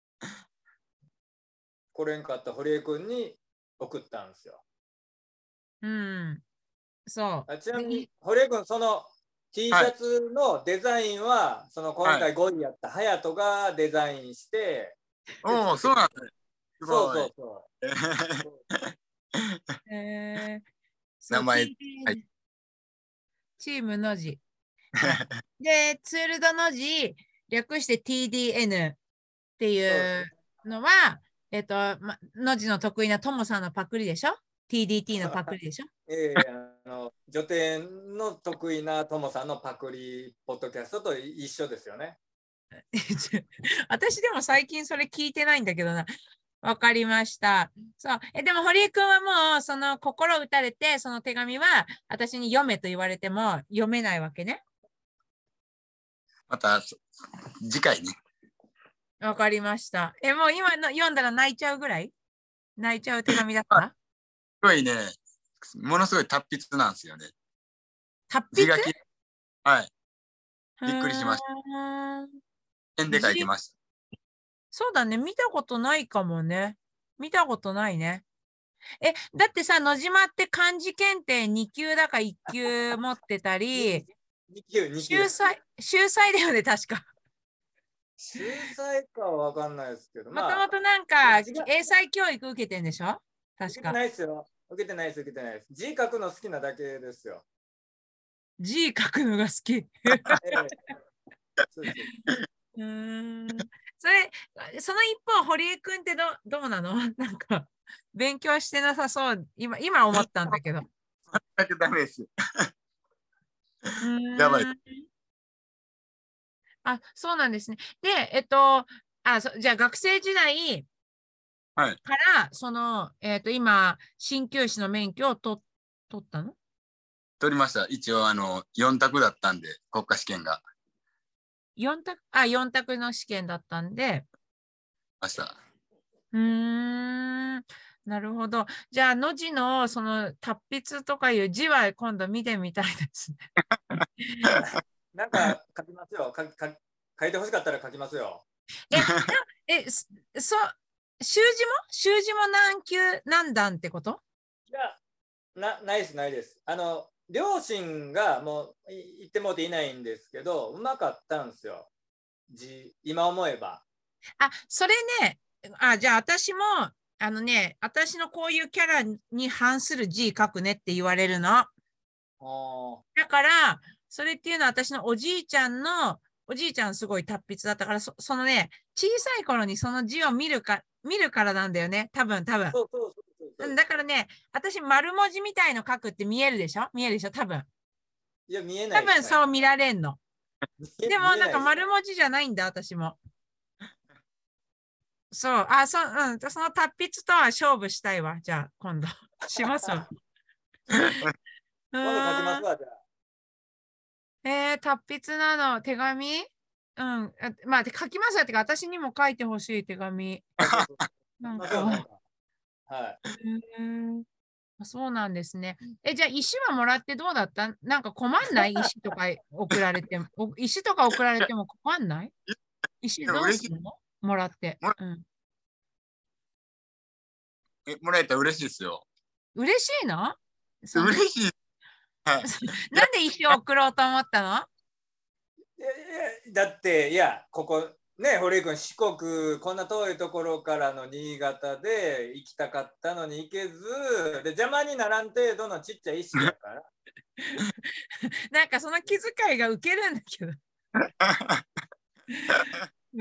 これんかった堀江君に送ったんですよ。 うん、そあ、ちなう。で、 みに、 い堀江君、その T ゃ、はい、 シャツのデザインは、その今はい。 回ごいやった隼人がデザインして、で、 おお、 作ってくれた。 そうなんですね。すそうごい。 そうそう。 えー、そう、 名前、はい。 ティーディーエヌ、チームの字。はい。で、ツールドの字、略して ティーディーエヌ っていうそうですね。 のは、えっと、ま、の字の得意なトモさんのパクリでしょ？ ティーディーティー のパクリでしょ？ ええ、あの、女帝の得意なトモさんのパクリポッドキャストと一緒ですよね。 私でも最近それ聞いてないんだけどな。わかりました。そう。え、でも堀江君はもう、その心打たれて、その手紙は私に読めと言われても読めないわけね。 また、次回ね。 わかりました。え、もう今の読んだら泣いちゃうぐらい泣いちゃう手紙だっまあ、すた？ ごいね、ものすごい達筆なんですよね。 達筆？ 字書き、はい。 うびっくりしました。 ーん。 ペンで書いて字、 ました。 そうだね。見たことないかもね。見たことないね。え、だってさ、野島って漢字検定に級だかいっ級持ってたにり、 に級、に級。 秀才、秀才だよね、確か。 秀才かは分かんないですけど、 もとまあ、 もとなんか、 字が英才教育受けてんでしょ？確か。 受けてないですよ。受けてないです、受けてないです。字書くの好きなだけですよ。 字書くのが好き。 ええそうですうーん。それ、その一方、堀江君ってどどうなの？なんか、勉強してなさそう。今、今思ったんだけど。 全くダメです。 うーやばい。 ん。あ、そうなんですね。で、えっと、あ、そじゃあ学生時代はい。 から、その、えっと、今、鍼灸師の免許を取取ったの？ 取りました。一応、あの、よん択だったんで、国家試験が。 よん択、あ、よん択の試験だったんで、 ました。 うーん、なるほど。じゃあ、の字のその達筆とかいう字は今度見てみたいですね。 なんか書きますよ。かか書いてほしかったら書きますよ。 え、なえ、そ、そ習字も習字も何級何段ってこと？ いや、なないです、ないです。あの、両親がもうい言ってもうていないんですけど、うまかったんですよ。字、今思えば。 あ、それね、あ、じゃあ私も、あのね、私のこういうキャラに反する字書くねって言われるの。 おだから、それっていうのは私のおじいちゃんの、おじいちゃんすごい達筆だったから、そ、そのね、小さい頃にその字を見るか、見るからなんだよね。多分、多分。 そうそうそうそうそう。 だからね、私丸文字みたいの書くって見えるでしょ？見えるでしょ？多分。 いや、見えな多いですね。 分そう見られんの。 見えでもなんか見えないですね。 丸文字じゃないんだ、私も。そう。あ、そ、うん。その達筆とは勝負したいわ。じゃあ、今度。しますわ。う今度書きまーん。 すわ、じゃあ。 えー、達筆なの。手紙うん。あまあ、で書きますよ。ってか、私にも書いてほしい手紙。 そうそうそう。 なん書きますよ、なんか。 か。はい。 うーん。あそうなんですね。え、じゃあ石はもらってどうだった？なんか困んない？石とか送られても。お石とか送られても困んない？石どうでも嬉しい。 するの？もらって。 もらうん。 えもらえたら嬉しいですよ。 嬉しいの？その、 嬉しい。はい。いや、 なんで石を送ろうと思ったの？ いやいやだって、いや、ここ、ね、堀井君、四国、こんな遠いところからの新潟で行きたかったのに行けず、で邪魔にならん程度のちっちゃい石やから。 なんかその気遣いがウケるんだけど。うー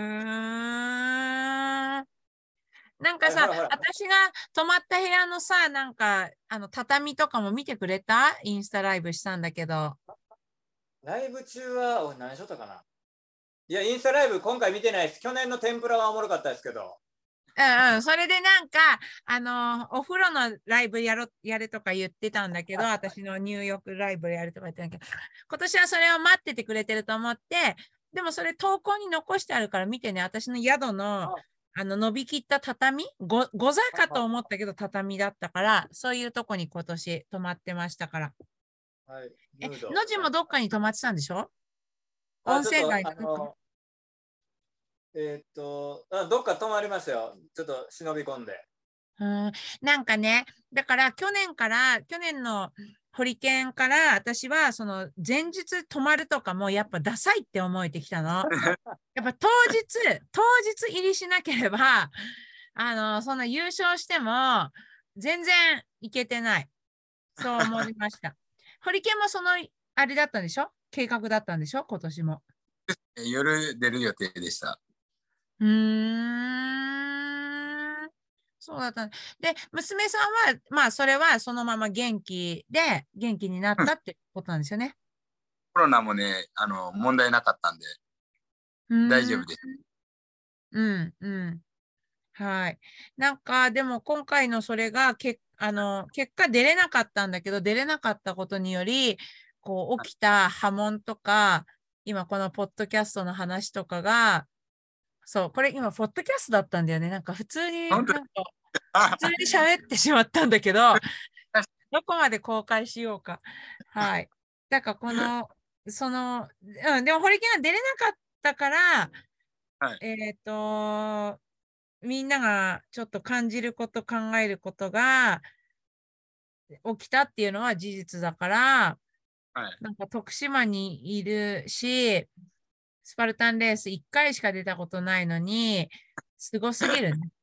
ん。なんかさ、 はいほらほら。 私が泊まった部屋のさ、なんか、あの、畳とかも見てくれた？インスタライブしたんだけど。 ライブ中は、おい、何しとったかな。いや、インスタライブ今回見てないです。去年の天ぷらはおもろかったですけど。 うんうん、それでなんか、あの、お風呂のライブやろ、やれとか言ってたんだけど、私の入浴ライブやるとか言ってたんだけど、今年はそれを待っててくれてると思って、でもそれ投稿に残してあるから見てね、私の宿の、 ああの、伸びきった畳、ご、ご座かとあ思ったけど畳だったから、そういうとこに今年泊まってましたから。 はい、 え、 ヌード。 のじもどっかに泊まってたんでしょ？ あ、 温ちょっと、 泉街のどっか？ あの、えーっとあ、どっか泊まりましたよ。ちょっと忍び込んで。 うん、なんかね、だから去年から、去年のホリケンから私はその前日泊まるとかもやっぱダサいって思えてきたの。やっぱ当日、当日入りしなければ、あの、そんな優勝しても全然いけてない。そう思いました。ホリケンもその、あれだったんでしょ？計画だったんでしょ？今年も。 夜出る予定でした。 うーん。そうだったね。で、娘さんは、まあ、それはそのまま元気で、元気になっうん、 たってことなんですよね。 コロナもね、あの、問題なかったんで、 うーん。 大丈夫です。 うん、うん。はい。なんか、でも今回のそれが、け、あの、結果出れなかったんだけど、出れなかったことにより、こう、起きた波紋とか、今このポッドキャストの話とかが、そう、これ今、ポッドキャストだったんだよね。なんか普通に、 本当に。 なんか、普通に喋ってしまったんだけど、どこまで公開しようか。はい。だからこの、その、うん、でもホリケンが出れなかったから、 はい。 えっと、みんながちょっと感じること、考えることが起きたっていうのは事実だから、 はい。 なんか徳島にいるし、スパルタンレースいっかいしか出たことないのに、すごすぎるね。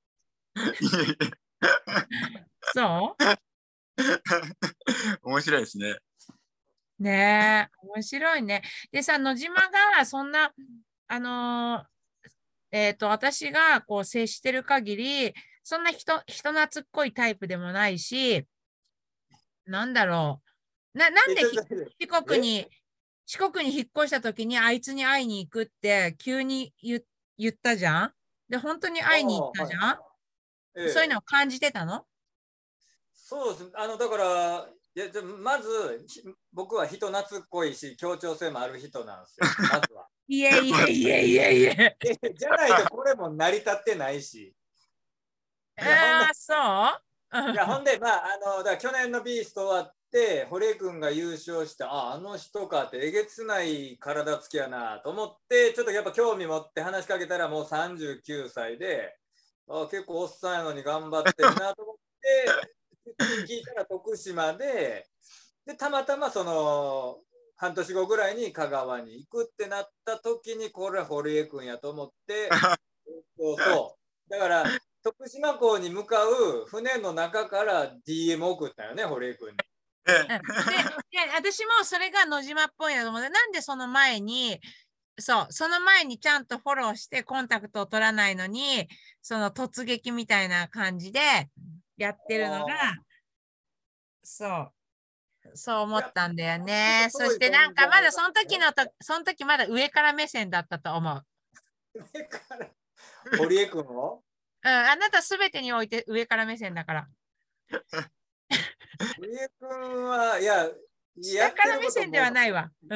そう面白いですね。 ねえ、面白いね。でさ、野島がそんな、あのーえっと、私がこう接してる限り、そんな人、人懐っこいタイプでもないし、なんだろう。な、なんえ、 でひちょっと、 四国え、 に、四国に引っ越した時にあいつに会いに行くって急に言、言ったじゃん。で、本当にあ会いに行っあ、はい。 たじゃん。 えそういうのえ。 を感じてたの？ そうです。あの、だから、いや、じゃ、まず、ひ僕は人懐っこいし、協調性もある人なんですよ。まずは。 いえいえいえいえいえ。 え、じゃないとこれも成り立ってないし。いや、ほんで、 ああ、そういや、ほうんで、まあ、あの、だから去年のビースト終わって、堀江君が優勝して、あ、あの人かって、えげつない体つきやなと思って、ちょっとやっぱ興味持って話しかけたら、もうさんじゅうきゅうさいで、あ、結構おっさんやのに頑張ってんなと思って、聞いたら徳島で、で、たまたまその、半年後ぐらいに香川に行くってなった時に、これは堀江君やと思って、そうそう。だから、徳島港に向かう船の中から ディーエム 送ったよね、堀江君に。 んで、で、私もそれが野島っぽいなと思って、なんでその前に、そう、その前にちゃんとフォローしてコンタクトを取らないのに、その突撃みたいな感じでやってるのが、 あそう、そう思いや、 ったんだよちょっとね。そ遠いしてなんか存在がまだその時ね、 のと、その時まだ上から目線だったと思う。 上から堀江君をうん、あなたすべてにおいて上から目線だから。 堀江君は、いや、や下から目線でってることもはないわ。うん、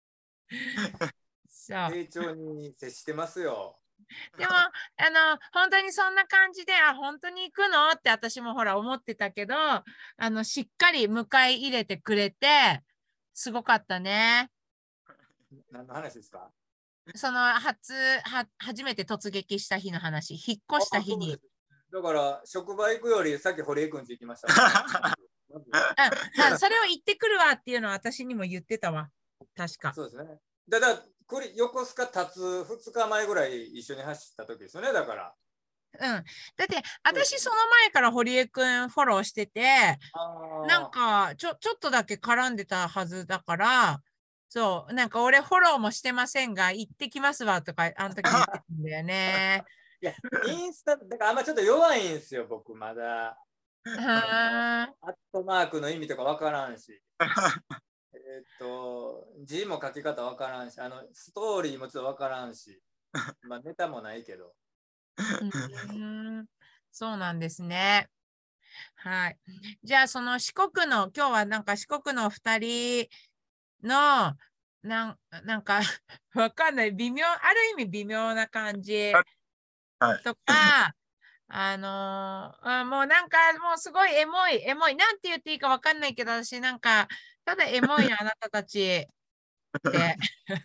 そう。 丁重に接してますよ。 でも、あの、本当にそんな感じで、あ、本当に行くのって私もほら思ってたけど、あの、しっかり迎え入れてくれて、すごかったね。 何の話ですか？ その初、は、初めて突撃した日の話、引っ越したあ、 日に。 そうです。だから、職場行くよりさっき堀江君ち行きましたもんね。まずあ、あ、それを言ってくるわっていうのは私にも言ってたわ。確か。 そうですね。だから、これ横須賀立つふつかまえぐらい一緒に走った時ですよね、だから。 うん。だって、 そうですよね。 私その前から堀江くんフォローしてて、なんあか、ちょ、ちょっとだけ絡んでたはずだから、そう、なんか俺フォローもしてませんが、行ってきますわとか、あの時言ってあ。 たんだよね。 いや、インスタ、だからあんまちょっと弱いんですよ、僕、まだ。 うあの、 ーん。 アットマークの意味とかわからんし。えーっと、字も書き方わからんし、あの、ストーリーもちょっとわからんし。まあ、ネタもないけど。 うーん。そうなんですね。はい。じゃあ、その四国の、今日はなんか四国の二人の、なん、なんかわかんない、微妙、ある意味微妙な感じはい。 とか、あのーあもうなんかもうすごいエモい、エモい、なんて言っていいかわかんないけど、私なんか、ただエモいのあなたたちって、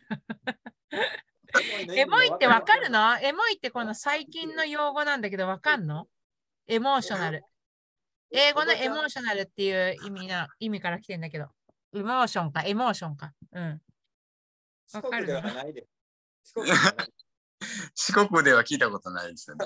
エモいの意エ味もわモいってわかりません。 かるの？エモいってこのあ、 最近の用語なんだけどわかんの？エモーショナル。 え、 英語のおばちゃん、 エモーショナルっていう意味な、意味から来てんだけど。エモーションか、エモーションか。うん。 四国でわかるの？ はないです。四国ではない。 四国では聞いたことないですよね。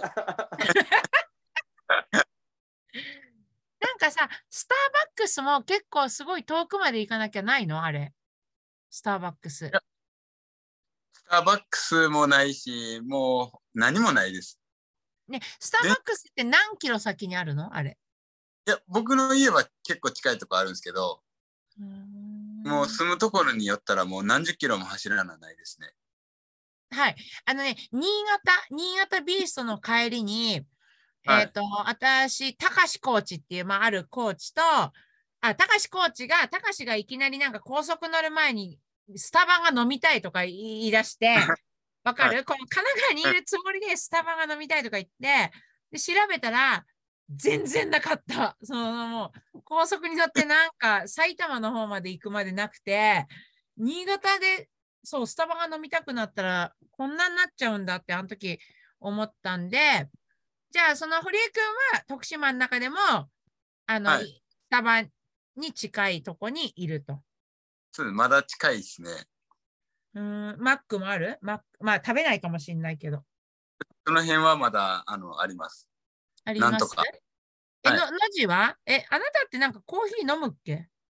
なんかさ、スターバックスも結構すごい遠くまで行かなきゃないのあれ。スターバックス。 スターバックスもないし、もう何もないです。 ね、スターバで、 ックスって何キロ先にあるのあれ。 いや、僕の家は結構近いとこあるんですけど、 うーん。 もう住むところによったらもう何十キロも走らないですね。 はい。あのね、新潟、新潟ビーストの帰りに、 はい。 えっと、私、高志コーチっていう、まあ、あるコーチと、あ、高志コーチが、高志がいきなりなんか高速乗る前に、スタバが飲みたいとか言い出して、わかはい。 るこの神奈川にいるつもりでスタバが飲みたいとか言って、で、調べたら、全然なかった。そのもう、高速に乗ってなんか埼玉の方まで行くまでなくて、新潟で、そう、スタバが飲みたくなったら、こんなになっちゃうんだってあの時思ったんで、じゃあその堀江くんは徳島の中でも、あの、 はい。 スタバに近いとこにいると。 そうです、まだ近いですね。 うーん、マックもあるマック、まあ食べないかもしれないけど。 その辺はまだ、あの、あります。 あります？ なんとか。 え、の、 はい。 のじはえ、あなたってなんかコーヒー飲むっけ？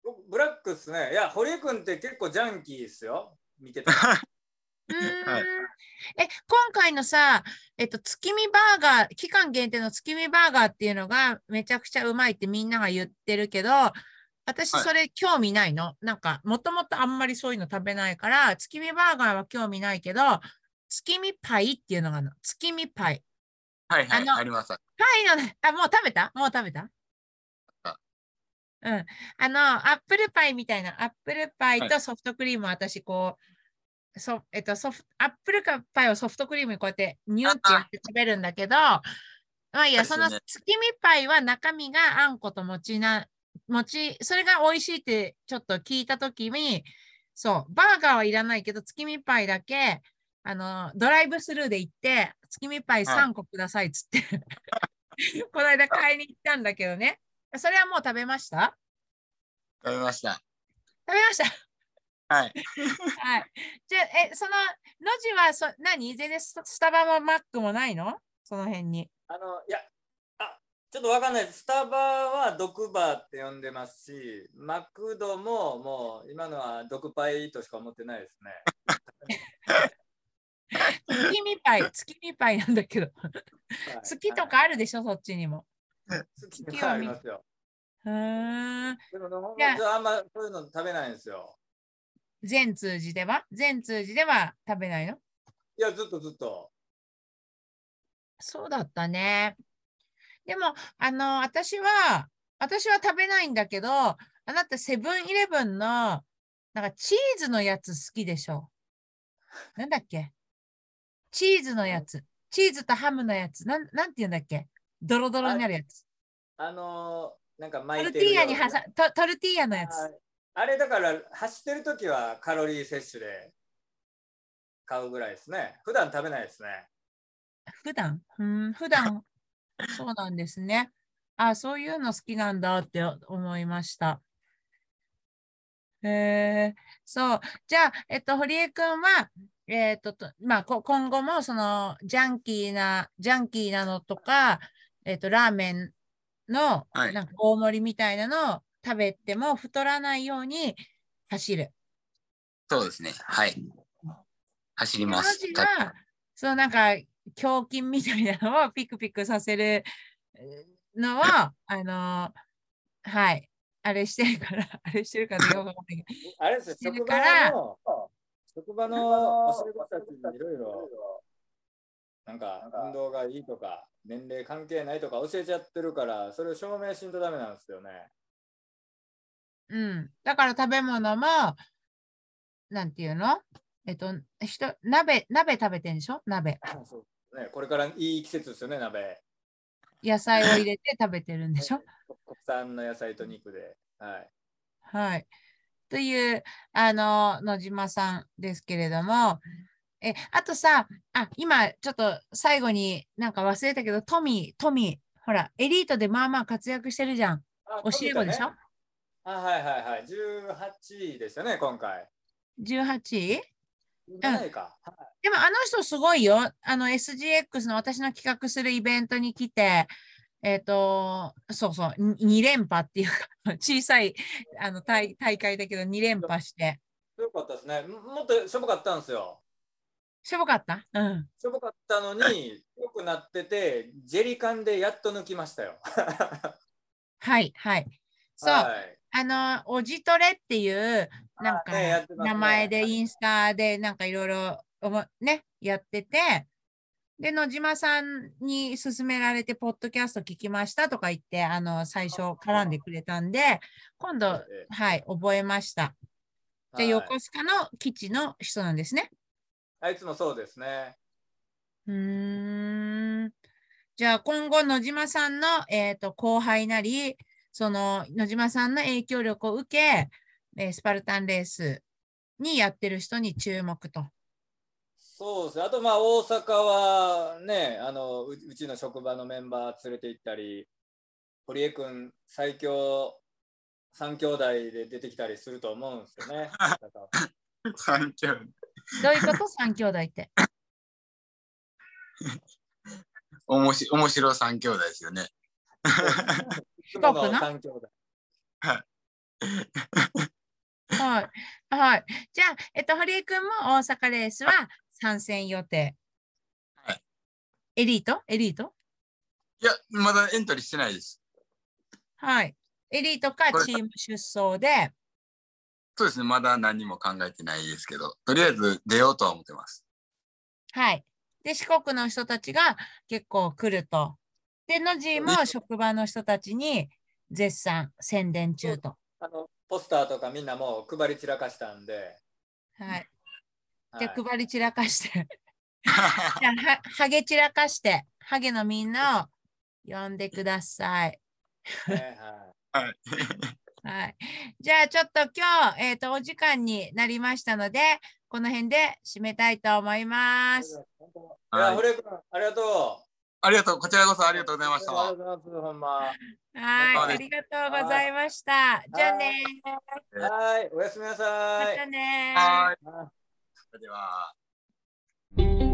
僕ブラックっすね。いや、堀江君って結構ジャンキーですよ。見てたら。 うーんはいえ、今回のさ、えっと、月見バーガー、期間限定の月見バーガーっていうのがめちゃくちゃうまいってみんなが言ってるけど、私はいそれ興味ないの。なんか、もともとあんまりそういうの食べないから、月見バーガーは興味ないけど、月見パイっていうのがあるの。月見パイ。 はいはい、 あの、 あります。 パイのね、あ、もう食べたもう食べたあうん。あの、アップルパイみたいな、アップルパイはいとソフトクリーム、私、こう、そ、えっと、ソフアップルパイをソフトクリームにこうやってニュンってやって食べるんだけど、まあいいや、そのですよね月見パイは中身があんこと餅な、餅、それが美味しいってちょっと聞いたときに、そう、バーガーはいらないけど、月見パイだけ、あの、ドライブスルーで行って、月見パイはいさんこくださいっつってこの間買いに行ったんだけどね。それはもう食べました食べました。 食べましたはい。 はい。じゃあ、え、その、路地はそ、何全然ススタバもマックもないのその辺に。 あの、いや、あ、ちょっとわかんないです。スタバは毒バーって呼んでますし、マクドももう今のは毒パイとしか思ってないですね。 月見パイ、月見パイなんだけど。 はい月とかあるでしょ、そっちにも。 月はありますよ。 うーん。 でも、ほんいやまちょあんまそういうの食べないんですよ。 全通寺では全通寺では食べないのいや、ずっとずっと。 そうだったね。でも、あの、私は、私は食べないんだけど、あなたセブンイレブンの、なんかチーズのやつ好きでしょ。なんだっけチーズのやつ。チーズとハムのやつ。なん、なんて言うんだっけドロドロになるやつ。 あのー、なんかト巻いルティーヤてるような。 に挟ト、トルティーヤのやつ。 ああれだから走ってる時はカロリー摂取で買うぐらいですね。普段食べないですね。 普段うん、普段、そうなんですね。あ、そういうの好きなんだって思いました。へえ、そう。じゃあ、えっと、堀江くんは、えっと、とまあ、こ今後も、その、ジャンキーな、ジャンキーなのとか、えっと、ラーメンの、 はい。 なんか、大盛りみたいなのを食べても太らないように走る。 そうですね。はい。走りで、 ます。 文字は、そのなんか、胸筋みたいなのをピクピクさせるのを、あの、はい、あれしてるから、あれしてるからよくわかんないけど、 あれですよ、 してる職場から、 の、職場の教え子たちにいろいろ、なんか運動がいいとか、年齢関係ないとか教えちゃってるから、それを証明しんとダメなんですよね。 うん。だから食べ物も、なんていうのえっと、人、鍋、鍋食べてんでしょ鍋。 そうね、これからいい季節ですよね、鍋。 野菜を入れて食べてるんでしょ国産の野菜と肉で。はい。 はい。という、あの、野島さんですけれども、え、あとさ、あ、今、ちょっと最後になんか忘れたけど、トミー、トミー、ほら、エリートでまあまあ活躍してるじゃん。 あ、 教富田ね。 え子でしょあ、はいはいはい。じゅうはちいでしたね、今回。 じゅうはち 位うん。 なないか。はいでもあの人すごいよ。あの エスジーエックス の私の企画するイベントに来て、えっと、そうそう、に連覇っていうか、小さいあの大大会だけどに連覇して。 よかったですね。ももっとしょぼかったんですよ。 しょぼかったうん。 しょぼかったのに、良くなってて、ジェリカンでやっと抜きましたよ。 はい、はい。そう。 はい。 あの、おじトレっていう、なんあね、やか、 ってます名前ね。 でインスタでなんかいろいろ、おもね、やってて、で、野島さんに勧められて、ポッドキャスト聞きましたとか言って、あの、最初絡んでくれたんで、今度、 ええはい、覚えました。じゃあ、 はい。 横須賀の基地の人なんですね。 あいつもそうですね。 うーん。じゃあ、今後、野島さんの、えっと、後輩なり、その、野島さんの影響力を受け、えースパルタンレースにやってる人に注目と。 そうですね。あと、まあ、大阪はね、あのう、うちの職場のメンバー連れて行ったり、堀江君、最強三兄弟で出てきたりすると思うんですよね。 三兄弟。 どういうこと三兄弟って。 おもし面白三兄弟ですよね。 いつもの四国の三兄弟。 はい。 はい。はい。じゃあ、えっと、堀江君も大阪レースは参戦予定。 はい。 エリートエリートいや、まだエントリーしてないです。 はい。エリートかこれチーム出走で、 そうですね、まだ何も考えてないですけど、とりあえず出ようとは思ってます。 はい。で、四国の人たちが結構来ると。で、ノジーも職場の人たちに絶賛宣伝中と。 あのポスターとかみんなもう配り散らかしたんで。 はい。じゃあ、 はい、 配り散らかして。じゃあ、は、ハゲ散らかして、ハゲのみんなを呼んでください。 ね、はい。 はい。 はい。じゃあ、ちょっと今日、えっと、お時間になりましたので、この辺で締めたいと思います。 いや、堀江君、ありがとう。 ありがとう。こちらこそありがとうございました。 ありがとうございます、ほんま。 はい。ありがとうございました。じゃあね。 はい、おやすみなさい。 またね。 はい。それでは。